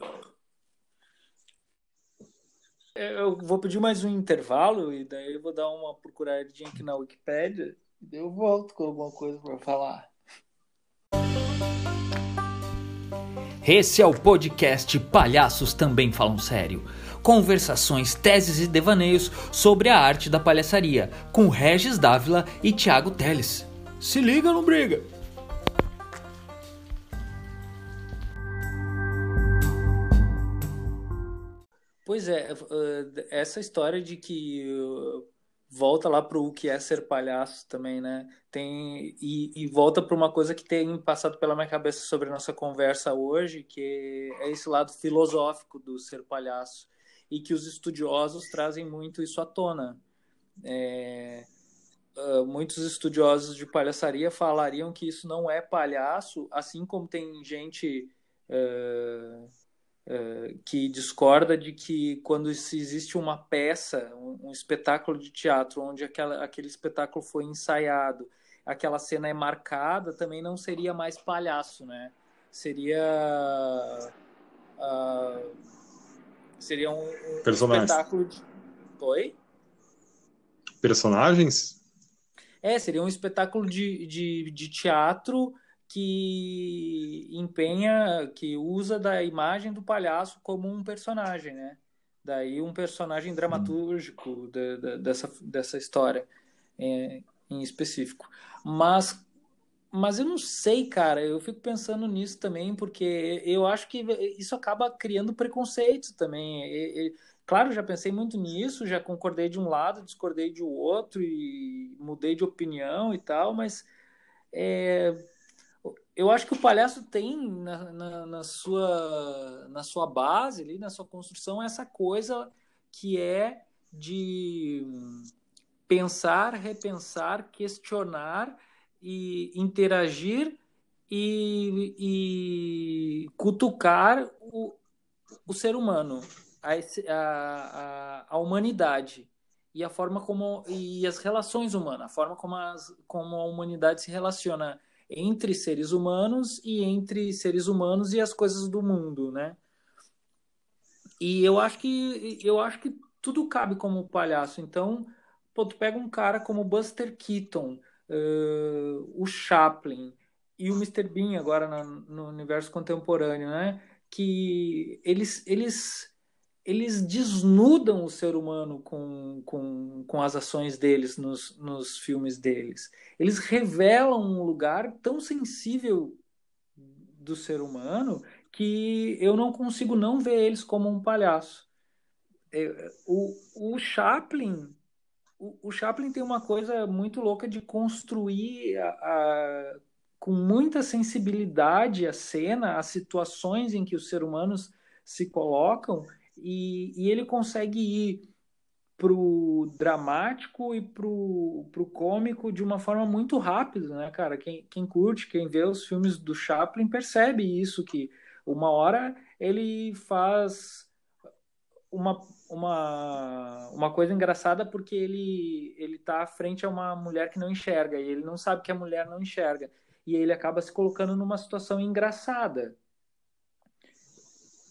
Eu vou pedir mais um intervalo e daí eu vou dar uma procuradinha aqui na Wikipédia e daí eu volto com alguma coisa para falar. Esse é o podcast Palhaços Também Falam Sério. Conversações, teses e devaneios sobre a arte da palhaçaria, com Regis Dávila e Thiago Teles. Se liga ou não briga? Pois é, essa história de que volta lá para o que é ser palhaço também, né? E volta para uma coisa que tem passado pela minha cabeça sobre a nossa conversa hoje, que é esse lado filosófico do ser palhaço, e que os estudiosos trazem muito isso à tona. Muitos estudiosos de palhaçaria falariam que isso não é palhaço, assim como tem gente que discorda de que quando se existe uma peça, um espetáculo de teatro, onde aquele espetáculo foi ensaiado, aquela cena é marcada, também não seria mais palhaço, né? Seria um espetáculo de... Oi? Personagens? Seria um espetáculo de teatro que empenha, que usa da imagem do palhaço como um personagem, né? Daí um personagem dramatúrgico dessa história em específico. Mas eu não sei, cara, eu fico pensando nisso também, porque eu acho que isso acaba criando preconceito também. Claro, já pensei muito nisso, já concordei de um lado, discordei de outro e mudei de opinião e tal, mas eu acho que o palhaço tem na sua base, ali, na sua construção, essa coisa que é de pensar, repensar, questionar e interagir e cutucar o ser humano, a humanidade e a forma como e as relações humanas, a forma como a humanidade se relaciona entre seres humanos e entre seres humanos e as coisas do mundo, né? E eu acho que tudo cabe como palhaço. Então, pô, tu pega um cara como o Buster Keaton, o Chaplin e o Mr. Bean agora no universo contemporâneo, né? Que eles desnudam o ser humano com as ações deles nos filmes deles. Eles revelam um lugar tão sensível do ser humano que eu não consigo não ver eles como um palhaço. O Chaplin, o Chaplin tem uma coisa muito louca de construir com muita sensibilidade a cena, as situações em que os seres humanos se colocam, e ele consegue ir pro dramático e pro cômico de uma forma muito rápida, né, cara? Quem curte, quem vê os filmes do Chaplin percebe isso, que uma hora ele faz uma coisa engraçada porque ele tá à frente a uma mulher que não enxerga e ele não sabe que a mulher não enxerga e ele acaba se colocando numa situação engraçada.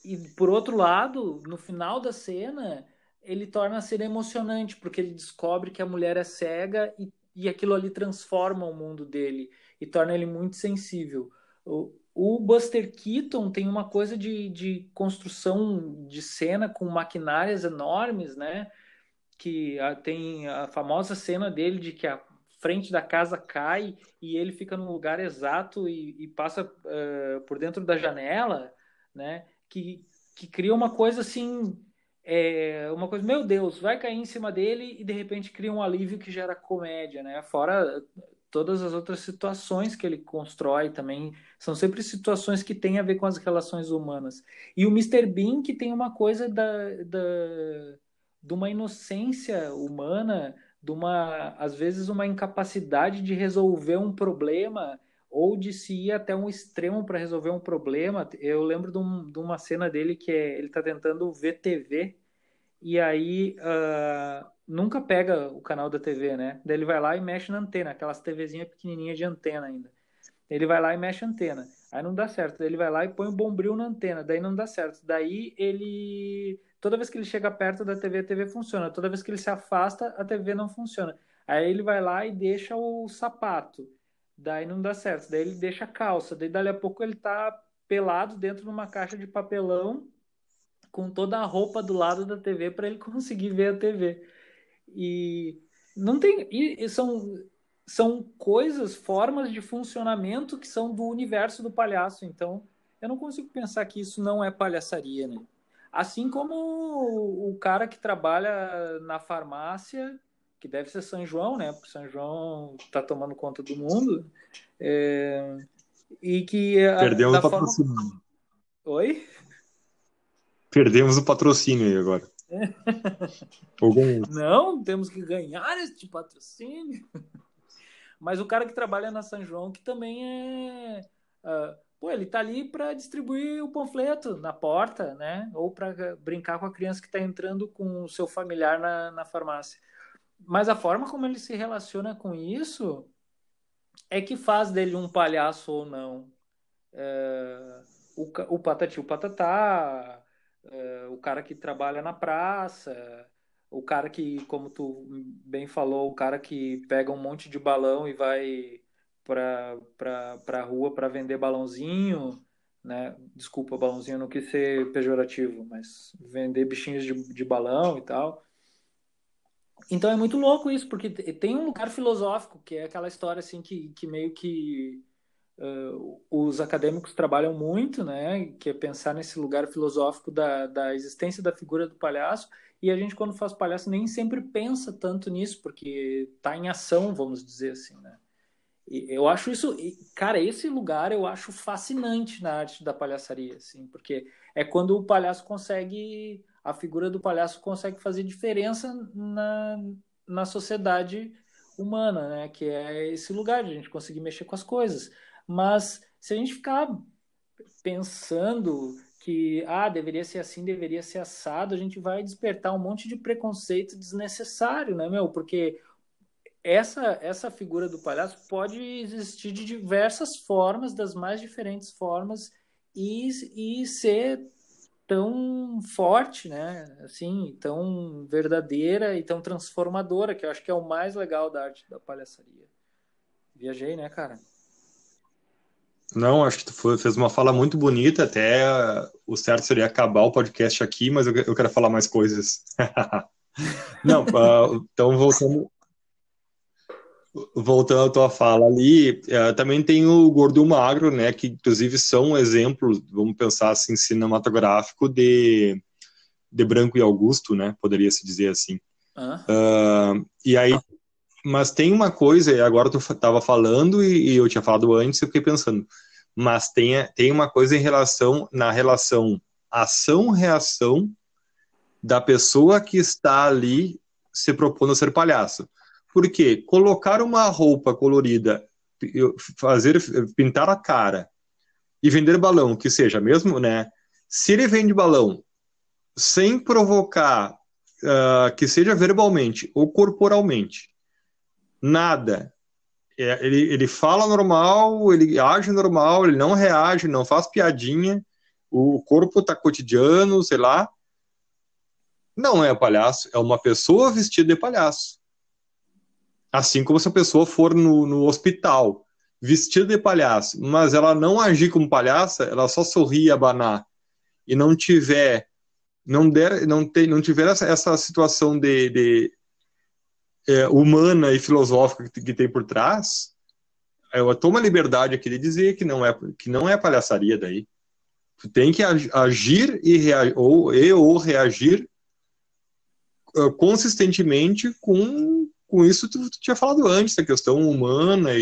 por outro lado, no final da cena, ele torna a cena emocionante, porque ele descobre que a mulher é cega e aquilo ali transforma o mundo dele e torna ele muito sensível. O Buster Keaton tem uma coisa de construção de cena com maquinárias enormes, né? Que tem a famosa cena dele de que a frente da casa cai e ele fica no lugar exato e passa por dentro da janela, né? Que cria uma coisa assim, uma coisa, meu Deus, vai cair em cima dele e de repente cria um alívio que gera comédia, né? Fora todas as outras situações que ele constrói também, são sempre situações que têm a ver com as relações humanas. E o Mr. Bean que tem uma coisa de uma inocência humana, às vezes uma incapacidade de resolver um problema ou de se ir até um extremo para resolver um problema. Eu lembro de uma cena dele que ele está tentando ver TV e aí nunca pega o canal da TV, né? Daí ele vai lá e mexe na antena, aquelas TVzinhas pequenininhas de antena ainda. Ele vai lá e mexe a antena, aí não dá certo. Daí ele vai lá e põe o bombril na antena, daí não dá certo. Daí toda vez que ele chega perto da TV, a TV funciona. Toda vez que ele se afasta, a TV não funciona. Aí ele vai lá e deixa o sapato, daí não dá certo. Daí ele deixa a calça, daí dali a pouco ele tá pelado dentro de uma caixa de papelão com toda a roupa do lado da TV para ele conseguir ver a TV. E não tem. E são coisas, formas de funcionamento que são do universo do palhaço. Então, eu não consigo pensar que isso não é palhaçaria, né? Assim como o cara que trabalha na farmácia, que deve ser São João, né? Porque São João está tomando conta do mundo. E que Perdemos o patrocínio. Oi? Perdemos o patrocínio aí agora. Não, temos que ganhar este patrocínio. Mas o cara que trabalha na São João, que também ele tá ali para distribuir o panfleto na porta, né? Ou para brincar com a criança que está entrando com o seu familiar na farmácia. Mas a forma como ele se relaciona com isso é que faz dele um palhaço ou não. O Patati, o Patatá, o cara que trabalha na praça, o cara que, como tu bem falou, o cara que pega um monte de balão e vai para rua para vender balãozinho, né? Desculpa, balãozinho, não quis ser pejorativo, mas vender bichinhos de balão e tal. Então é muito louco isso, porque tem um lugar filosófico, que é aquela história assim que meio que os acadêmicos trabalham muito, né? Que é pensar nesse lugar filosófico da existência da figura do palhaço. E a gente, quando faz palhaço, nem sempre pensa tanto nisso, porque está em ação, vamos dizer assim, né? E eu acho isso, cara, esse lugar eu acho fascinante na arte da palhaçaria, assim, porque é quando o palhaço consegue, a figura do palhaço consegue fazer diferença na sociedade humana, né? Que é esse lugar de a gente conseguir mexer com as coisas. Mas se a gente ficar pensando que deveria ser assim, deveria ser assado, a gente vai despertar um monte de preconceito desnecessário, né, meu? Porque essa figura do palhaço pode existir de diversas formas, das mais diferentes formas, e ser tão forte, né? Assim, tão verdadeira e tão transformadora, que eu acho que é o mais legal da arte da palhaçaria. Viajei, né, cara? Não, acho que tu fez uma fala muito bonita, até o certo seria acabar o podcast aqui, mas eu quero falar mais coisas. Não, então voltando à tua fala ali, também tem o Gordo e o Magro, né, que inclusive são exemplos, vamos pensar assim, cinematográfico de Branco e Augusto, né, poderia se dizer assim. E aí, mas tem uma coisa, e agora tu estava falando e eu tinha falado antes, eu fiquei pensando, mas tem uma coisa na relação ação-reação da pessoa que está ali se propondo a ser palhaço. Porque colocar uma roupa colorida, pintar a cara e vender balão, que seja mesmo, né? Se ele vende balão sem provocar que seja verbalmente ou corporalmente, nada. Ele fala normal, ele age normal, ele não reage, não faz piadinha, o corpo tá cotidiano, sei lá, não é palhaço, é uma pessoa vestida de palhaço. Assim como se a pessoa for no hospital vestida de palhaço, mas ela não agir como palhaça, ela só sorrir e abanar, e não tiver, não tiver essa situação humana e filosófica que tem por trás, eu tomo a liberdade aqui de dizer que não é palhaçaria daí. Tu tem que agir ou reagir consistentemente com isso que tu tinha falado antes, a questão humana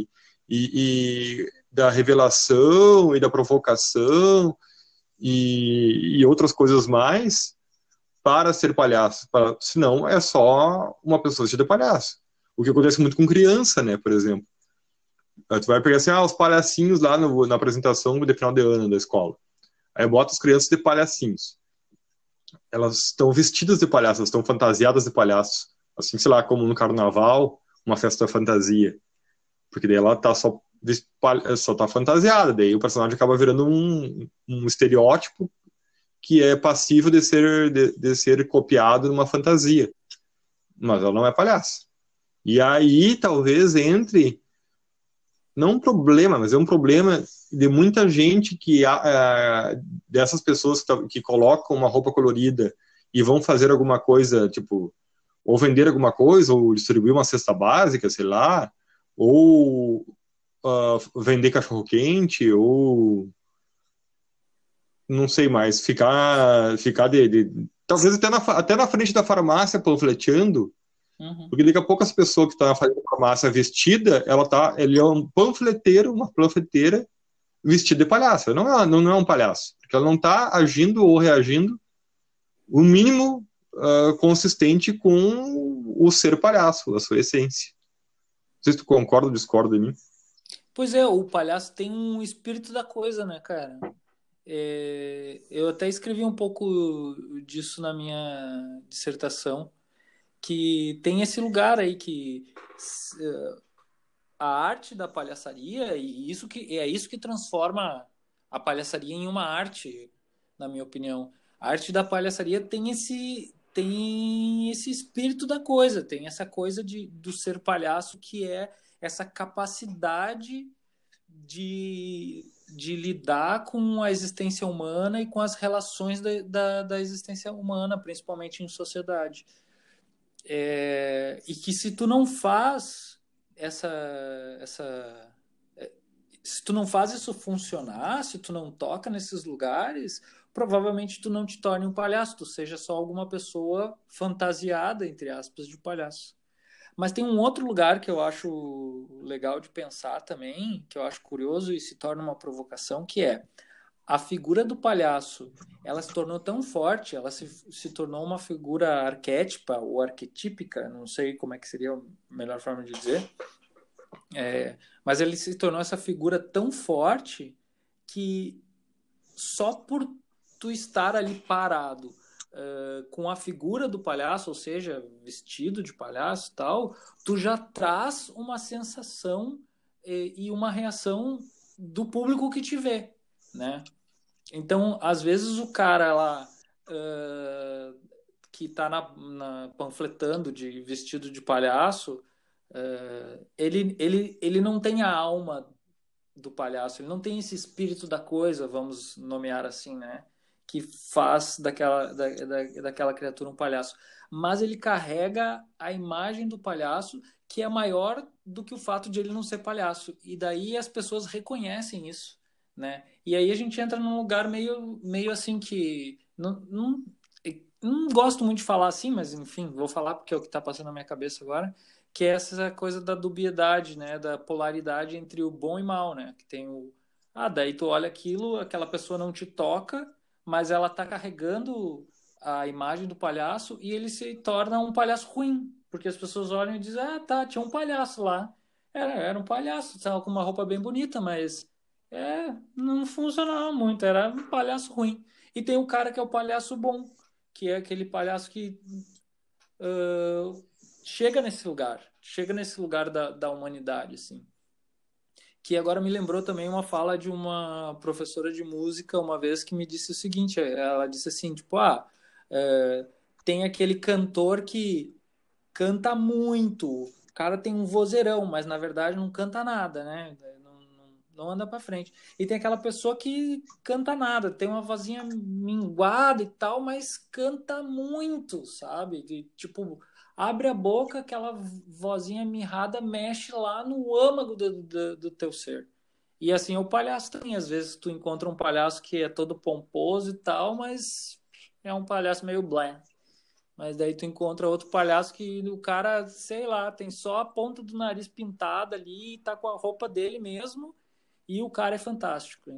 e da revelação e da provocação e outras coisas mais para ser palhaço. Senão é só uma pessoa vestida de palhaço. O que acontece muito com criança, né, por exemplo. Tu vai pegar assim, os palhacinhos lá na apresentação de final de ano da escola. Aí bota as crianças de palhacinhos. Elas estão vestidas de palhaço, elas estão fantasiadas de palhaço. Assim, sei lá, como no carnaval, uma festa fantasia. Porque daí ela tá só tá fantasiada, daí o personagem acaba virando um estereótipo que é passível de ser copiado numa fantasia. Mas ela não é palhaça. E aí talvez entre, não um problema, mas é um problema de muita gente dessas pessoas que colocam uma roupa colorida e vão fazer alguma coisa, tipo, ou vender alguma coisa, ou distribuir uma cesta básica, sei lá, ou vender cachorro-quente, ou não sei mais, ficar talvez até na frente da farmácia panfleteando, porque daqui a pouco as pessoas que estão na frente da farmácia vestida, ele é um panfleteiro, uma panfleteira vestida de palhaço. Não é um palhaço, porque ela não está agindo ou reagindo o mínimo consistente com o ser palhaço, a sua essência. Não sei se tu concorda ou discorda de mim. Pois é, o palhaço tem um espírito da coisa, né, cara? Eu até escrevi um pouco disso na minha dissertação, que tem esse lugar aí que a arte da palhaçaria, e é isso que transforma a palhaçaria em uma arte, na minha opinião. A arte da palhaçaria tem esse espírito da coisa, tem essa coisa do ser palhaço, que é essa capacidade de lidar com a existência humana e com as relações da existência humana, principalmente em sociedade. E que se tu não faz se tu não faz isso funcionar, se tu não toca nesses lugares, provavelmente tu não te torne um palhaço, tu seja só alguma pessoa fantasiada, entre aspas, de palhaço. Mas tem um outro lugar que eu acho legal de pensar também, que eu acho curioso e se torna uma provocação, que é a figura do palhaço. Ela se tornou tão forte, ela se tornou uma figura arquétipa ou arquetípica, não sei como é que seria a melhor forma de dizer, mas ele se tornou essa figura tão forte que só por tu estar ali parado com a figura do palhaço, ou seja, vestido de palhaço e tal, tu já traz uma sensação e uma reação do público que te vê, né? Então, às vezes o cara lá que tá panfletando de vestido de palhaço, ele não tem a alma do palhaço, ele não tem esse espírito da coisa, vamos nomear assim, né? Que faz daquela criatura um palhaço. Mas ele carrega a imagem do palhaço, que é maior do que o fato de ele não ser palhaço. E daí as pessoas reconhecem isso, né? E aí a gente entra num lugar meio assim que... Não gosto muito de falar assim, mas enfim, vou falar porque é o que está passando na minha cabeça agora, que é essa coisa da dubiedade, né? Da polaridade entre o bom e mal, né? Que tem daí tu olha aquilo, aquela pessoa não te toca, mas ela tá carregando a imagem do palhaço e ele se torna um palhaço ruim, porque as pessoas olham e dizem, tinha um palhaço lá. Era um palhaço, estava com uma roupa bem bonita, mas não funcionava muito, era um palhaço ruim. E tem o cara que é o palhaço bom, que é aquele palhaço que chega nesse lugar da humanidade, assim. que agora me lembrou também uma fala de uma professora de música uma vez que me disse o seguinte, ela disse assim, tipo, tem aquele cantor que canta muito, o cara tem um vozeirão, mas na verdade não canta nada, né? Não anda pra frente. E tem aquela pessoa que canta nada, tem uma vozinha minguada e tal, mas canta muito, sabe? Tipo, abre a boca, aquela vozinha mirrada mexe lá no âmago do teu ser. E assim é o palhaço também. Às vezes tu encontra um palhaço que é todo pomposo e tal, mas é um palhaço meio blé. Mas daí tu encontra outro palhaço que o cara, sei lá, tem só a ponta do nariz pintada ali e tá com a roupa dele mesmo e o cara é fantástico.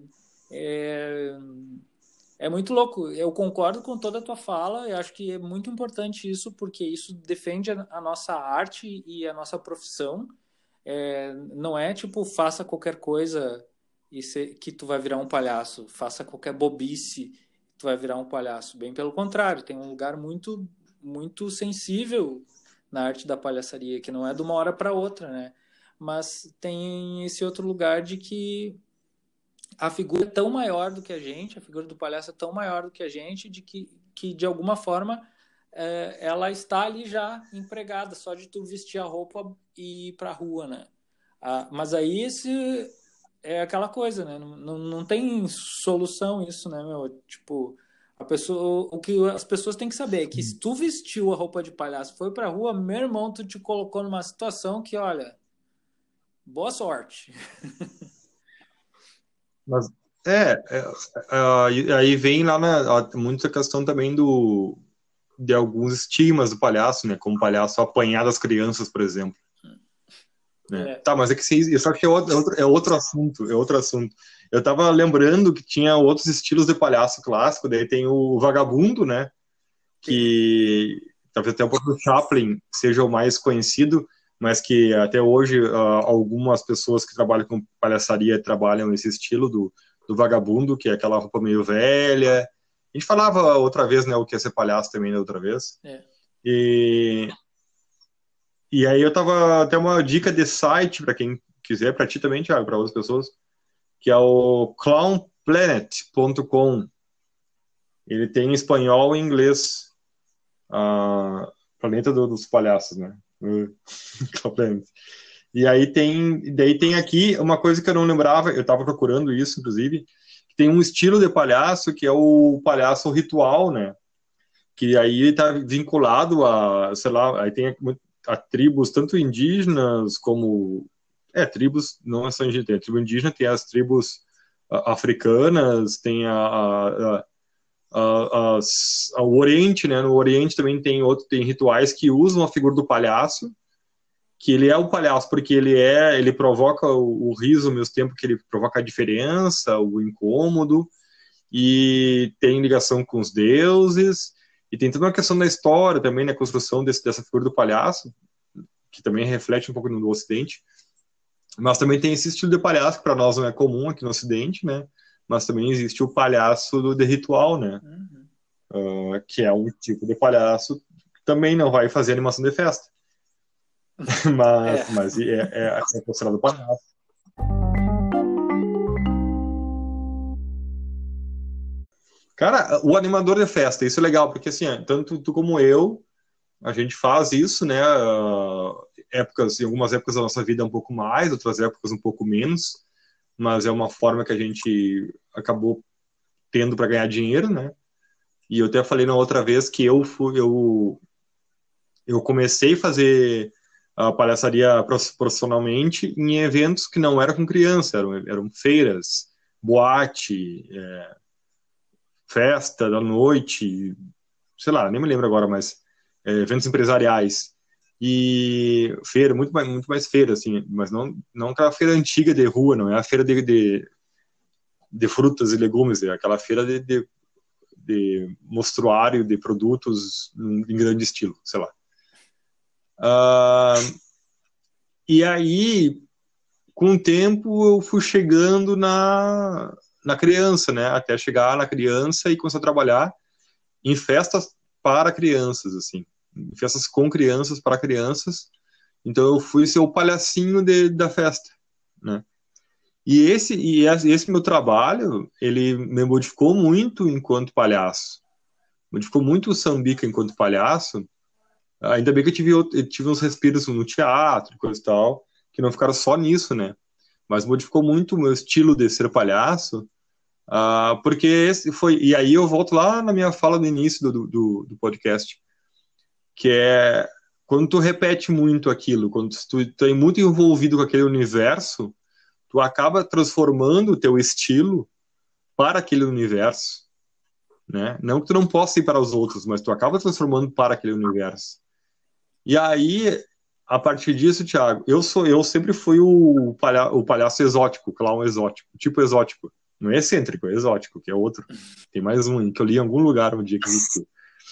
É muito louco. Eu concordo com toda a tua fala. Eu acho que é muito importante isso, porque isso defende a nossa arte e a nossa profissão. Não é tipo, faça qualquer coisa que tu vai virar um palhaço. Faça qualquer bobice, tu vai virar um palhaço. Bem pelo contrário, tem um lugar muito, muito sensível na arte da palhaçaria, que não é de uma hora para outra, né? Mas tem esse outro lugar de que a figura é tão maior do que a gente, a figura do palhaço é tão maior do que a gente, de que de alguma forma ela está ali já empregada, só de tu vestir a roupa e ir pra rua, né? Mas aí é aquela coisa, né? Não tem solução isso, né, meu? Tipo, o que as pessoas têm que saber é que se tu vestiu a roupa de palhaço, foi pra rua, meu irmão, tu te colocou numa situação que, olha, boa sorte. Mas aí vem lá muita questão também de alguns estigmas do palhaço, né? Como o palhaço apanhar das crianças, por exemplo. Né? Tá, mas é que isso aqui é outro assunto, Eu tava lembrando que tinha outros estilos de palhaço clássico, daí tem o vagabundo, né? Que talvez até o próprio Chaplin seja o mais conhecido, mas que até hoje algumas pessoas que trabalham com palhaçaria trabalham esse estilo do vagabundo, que é aquela roupa meio velha. A gente falava outra vez, né, o que é ser palhaço também, né, outra vez. E aí eu tava até uma dica de site para quem quiser, para ti também, Thiago, para outras pessoas, que é o clownplanet.com. Ele tem em espanhol e inglês. Planeta dos palhaços, né? E aí tem aqui uma coisa que eu não lembrava, eu estava procurando isso, inclusive, que tem um estilo de palhaço que é o palhaço ritual, né? Que aí está vinculado sei lá, aí tem a tribos tanto indígenas como tribos não é só indígena, tem a tribo indígena, tem as tribos africanas, tem o Oriente, né? No Oriente também tem rituais que usam a figura do palhaço, que ele é o palhaço porque ele provoca o riso ao mesmo tempo que ele provoca a diferença, o incômodo, e tem ligação com os deuses, e tem toda uma questão da história também, na construção dessa figura do palhaço, que também reflete um pouco no Ocidente, mas também tem esse estilo de palhaço que para nós não é comum aqui no Ocidente, né? Mas também existe o palhaço de ritual, né? Que é um tipo de palhaço que também não vai fazer animação de festa. mas é considerado palhaço. Cara, o animador de festa, isso é legal, porque assim, tanto tu como eu, a gente faz isso, né? Em algumas épocas da nossa vida um pouco mais, outras épocas um pouco menos, mas é uma forma que a gente acabou tendo para ganhar dinheiro, né? E eu até falei na outra vez que eu comecei a fazer a palhaçaria profissionalmente em eventos que não eram com criança, eram feiras, boate, festa da noite, sei lá, nem me lembro agora, mas eventos empresariais e feira, muito mais feira, assim, mas não aquela feira antiga de rua, não é a feira de frutas e legumes, é aquela feira de mostruário de produtos em grande estilo, sei lá. E aí, com o tempo, eu fui chegando na criança, né? Até chegar na criança e começar a trabalhar em festas para crianças, assim. Em festas com crianças, para crianças. Então, eu fui ser o palhacinho da festa, né? esse meu trabalho, ele me modificou muito enquanto palhaço. Modificou muito o Sambica enquanto palhaço. Ainda bem que eu tive uns respiros no teatro, coisa e tal, que não ficaram só nisso, né? Mas modificou muito o meu estilo de ser palhaço, porque esse foi... E aí eu volto lá na minha fala no início do podcast, que é quando tu repete muito aquilo, quando tu é muito envolvido com aquele universo, tu acaba transformando o teu estilo para aquele universo, né? Não que tu não possa ir para os outros, mas tu acaba transformando para aquele universo. E aí, a partir disso, Thiago, eu sempre fui o palhaço exótico, o clown exótico, tipo exótico. Não é excêntrico, é exótico, que é outro. Tem mais um que eu li em algum lugar um dia que existiu.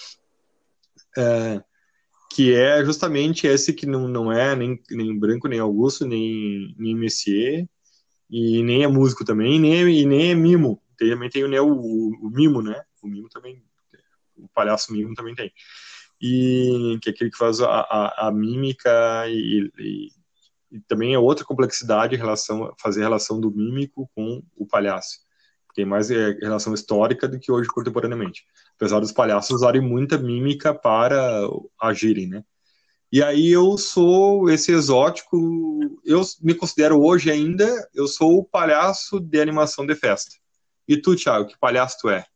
Que é justamente esse que não é nem Branco, nem Augusto, nem Messier, e nem é músico também, e nem é mimo. Também tem, né, o mimo, né? O mimo também, o palhaço mimo também tem. E que é aquele que faz a mímica e também é outra complexidade fazer a relação do mímico com o palhaço. Tem mais relação histórica do que hoje contemporaneamente. Apesar dos palhaços usarem muita mímica para agirem, né? E aí eu sou esse exótico, eu me considero hoje ainda, eu sou o palhaço de animação de festa. E tu, Thiago, que palhaço tu é?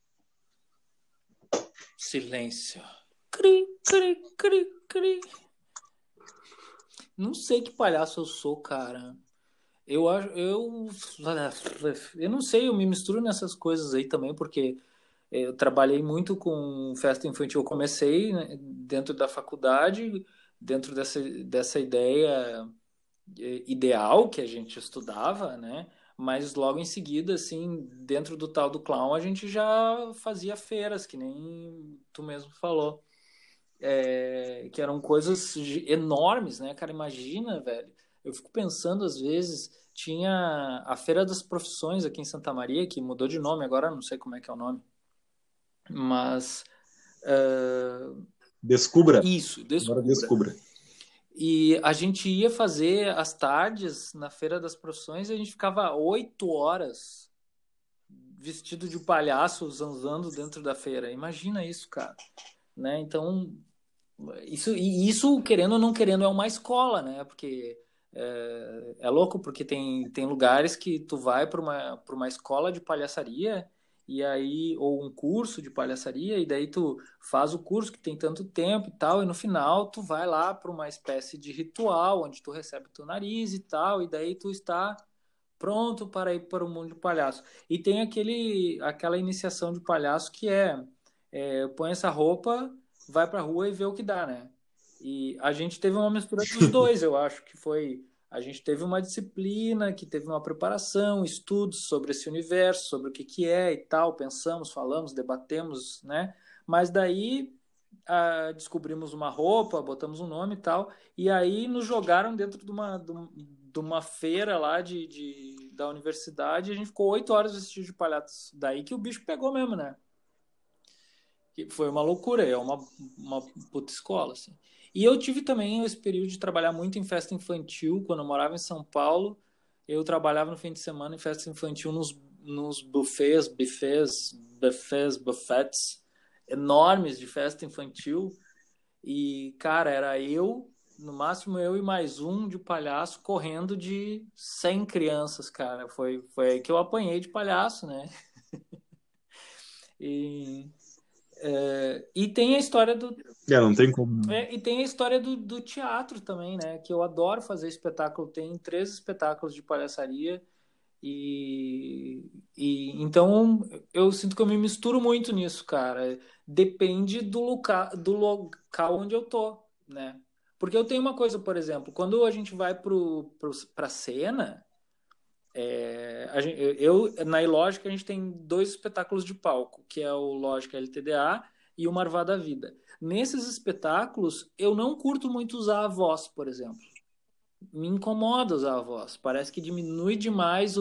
Silêncio. Cri, cri, cri, cri. Não sei que palhaço eu sou, cara. Eu não sei, eu me misturo nessas coisas aí também, porque eu trabalhei muito com festa infantil. Eu comecei, né, dentro da faculdade, dentro dessa ideia ideal que a gente estudava, né? Mas logo em seguida, assim, dentro do tal do clown, a gente já fazia feiras, que nem tu mesmo falou. Que eram coisas enormes, né, cara? Imagina, velho. Eu fico pensando, às vezes, tinha a Feira das Profissões aqui em Santa Maria, que mudou de nome agora, não sei como é que é o nome. Mas. Descubra. Isso, Agora descubra. E a gente ia fazer as tardes na Feira das Profissões e a gente ficava 8 horas vestido de palhaço, zanzando dentro da feira. Imagina isso, cara. Né? Então, isso, querendo ou não querendo, é uma escola, né? Porque é louco, porque tem lugares que tu vai para uma escola de palhaçaria e aí, ou um curso de palhaçaria, e daí tu faz o curso que tem tanto tempo e tal, e no final tu vai lá para uma espécie de ritual, onde tu recebe o teu nariz e tal, e daí tu está pronto para ir para o mundo de palhaço. E tem aquela iniciação de palhaço que põe essa roupa, vai pra rua e vê o que dá, né? E a gente teve uma mistura dos dois, eu acho que foi... A gente teve uma disciplina, que teve uma preparação, estudos sobre esse universo, sobre o que é e tal, pensamos, falamos, debatemos, né? Mas daí descobrimos uma roupa, botamos um nome e tal, e aí nos jogaram dentro de uma feira lá da universidade, e a gente ficou 8 horas vestido de palhaço. Daí que o bicho pegou mesmo, né? Que foi uma loucura, é uma puta escola, assim. E eu tive também esse período de trabalhar muito em festa infantil, quando eu morava em São Paulo, eu trabalhava no fim de semana em festa infantil nos buffets enormes de festa infantil, e, cara, era no máximo eu e mais um de palhaço correndo de 100 crianças, cara. Foi aí que eu apanhei de palhaço, né? E tem a história do... não tem como. E tem a história do teatro também, né? Que eu adoro fazer espetáculo. Tem 3 espetáculos de palhaçaria. E então eu sinto que eu me misturo muito nisso, cara. Depende do local onde eu tô, né? Porque eu tenho uma coisa, por exemplo, quando a gente vai pra cena, na Ilógica a gente tem 2 espetáculos de palco, que é o Lógica LTDA e o Marvá da Vida. Nesses espetáculos, eu não curto muito usar a voz, por exemplo. Me incomoda usar a voz. Parece que diminui demais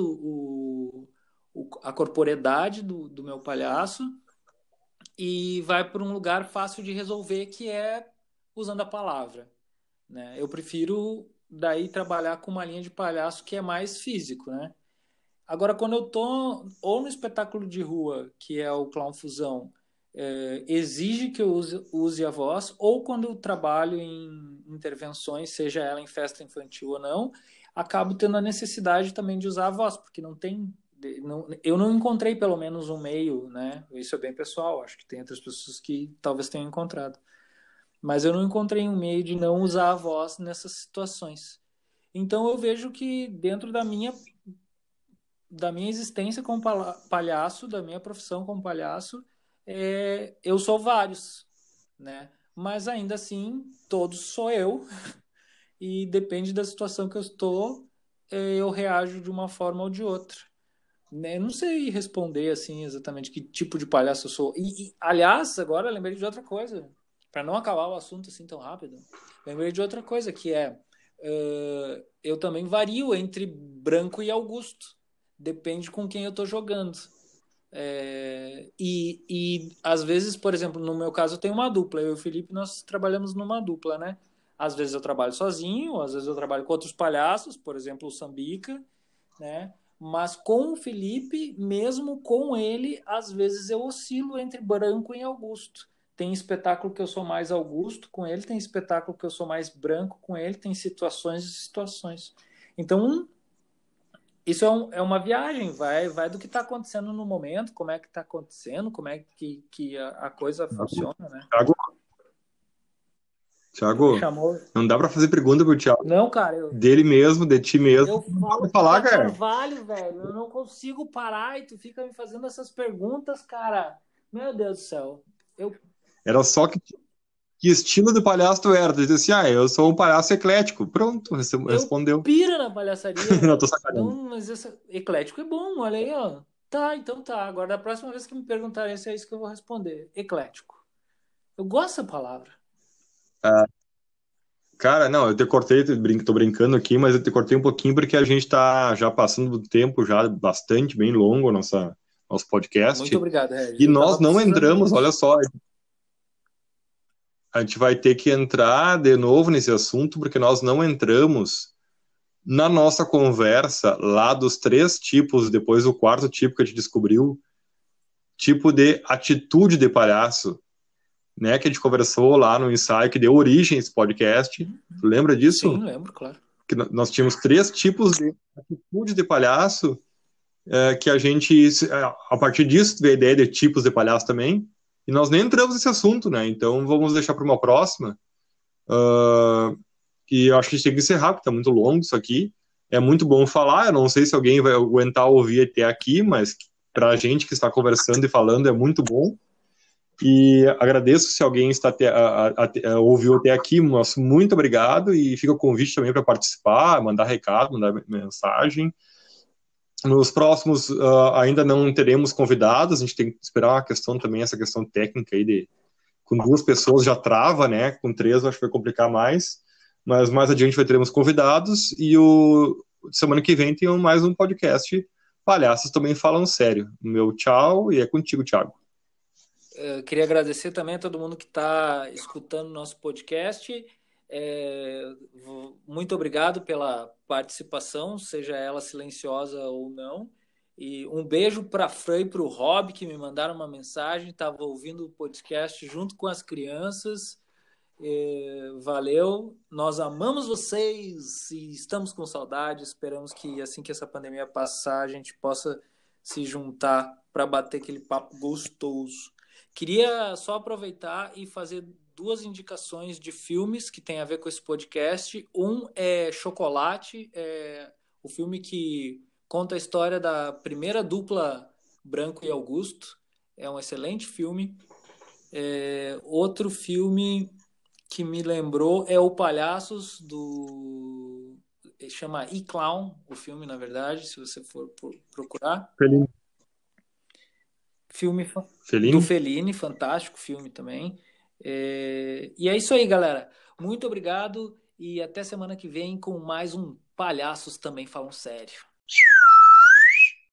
a corporeidade do meu palhaço e vai para um lugar fácil de resolver, que é usando a palavra, né? Eu prefiro daí trabalhar com uma linha de palhaço que é mais físico, né? Agora, quando eu tô ou no espetáculo de rua, que é o Clown Fusão, exige que eu use a voz, ou quando eu trabalho em intervenções, seja ela em festa infantil ou não, acabo tendo a necessidade também de usar a voz, porque não tem... eu não encontrei pelo menos um meio, né? Isso é bem pessoal, acho que tem outras pessoas que talvez tenham encontrado. Mas eu não encontrei um meio de não usar a voz nessas situações. Então eu vejo que dentro da minha existência como palhaço, da minha profissão como palhaço, eu sou vários, né? Mas ainda assim, todos sou eu, e depende da situação que eu estou, eu reajo de uma forma ou de outra. Né? Eu não sei responder assim exatamente que tipo de palhaço eu sou. Aliás, agora eu lembrei de outra coisa, para não acabar o assunto assim tão rápido. Lembrei de outra coisa que eu também vario entre Branco e Augusto. Depende com quem eu estou jogando. E às vezes, por exemplo, no meu caso eu tenho uma dupla. Eu e o Felipe, nós trabalhamos numa dupla, né? Às vezes eu trabalho sozinho, às vezes eu trabalho com outros palhaços, por exemplo, o Sambica, né? Mas com o Felipe, mesmo com ele, às vezes eu oscilo entre Branco e Augusto. Tem espetáculo que eu sou mais Augusto com ele, tem espetáculo que eu sou mais Branco com ele, tem situações e situações. Então, isso é uma viagem, vai do que está acontecendo no momento, como é que está acontecendo, como é que a coisa funciona, né? Thiago, Chamou... não dá para fazer pergunta pro Thiago. Não, cara, dele mesmo, de ti mesmo. Eu falo falar, pra cara. carvalho, velho. Eu não consigo parar e tu fica me fazendo essas perguntas, cara. Meu Deus do céu. Era só que estilo de palhaço tu era? Tu disse assim, eu sou um palhaço eclético. Pronto, respondeu. Eu piro na palhaçaria. Não, tô sacaneando. Não, mas eclético é bom, olha aí, ó. Tá, então tá. Agora, da próxima vez que me perguntarem se é isso que eu vou responder. Eclético. Eu gosto dessa palavra. Cara, não, eu te cortei, tô brincando aqui, mas eu te cortei um pouquinho porque a gente tá já passando do tempo já bastante, bem longo, nosso podcast. Muito obrigado, Regis. E nós não entramos, olha só, a gente vai ter que entrar de novo nesse assunto, porque nós não entramos na nossa conversa lá dos 3 tipos, depois o 4º tipo que a gente descobriu, tipo de atitude de palhaço, né, que a gente conversou lá no ensaio que deu origem a esse podcast. Tu lembra disso? Sim, lembro, claro. Que nós tínhamos 3 tipos de atitude de palhaço, que a gente, a partir disso, veio a ideia de tipos de palhaço também, e nós nem entramos nesse assunto, né? Então vamos deixar para uma próxima. E eu acho que a gente tem que encerrar, porque tá muito longo isso aqui. É muito bom falar, eu não sei se alguém vai aguentar ouvir até aqui, mas pra gente que está conversando e falando é muito bom. E agradeço se alguém está ouviu até aqui, nosso muito obrigado, e fica o convite também para participar, mandar recado, mandar mensagem. Nos próximos ainda não teremos convidados, a gente tem que esperar uma questão também, essa questão técnica aí com 2 pessoas já trava, né? Com 3 acho que vai complicar mais, mas mais adiante teremos convidados, e semana que vem tem mais um podcast Palhaços Também Falam Sério. Meu tchau, e é contigo, Thiago. Eu queria agradecer também a todo mundo que está escutando o nosso podcast. Muito obrigado pela participação, seja ela silenciosa ou não. E um beijo para a Fran e para o Rob, que me mandaram uma mensagem. Estava ouvindo o podcast junto com as crianças. Valeu, nós amamos vocês e estamos com saudade. Esperamos que assim que essa pandemia passar, a gente possa se juntar para bater aquele papo gostoso. Queria só aproveitar e fazer 2 indicações de filmes que tem a ver com esse podcast. Um é Chocolate, o filme que conta a história da primeira dupla Branco e Augusto. É um excelente filme. Outro filme que me lembrou é o Palhaços chama E-Clown, o filme, na verdade, se você for procurar. Fellini. Filme do Fellini, fantástico filme também. E é isso aí, galera. Muito obrigado e até semana que vem com mais um Palhaços Também Falam Sério.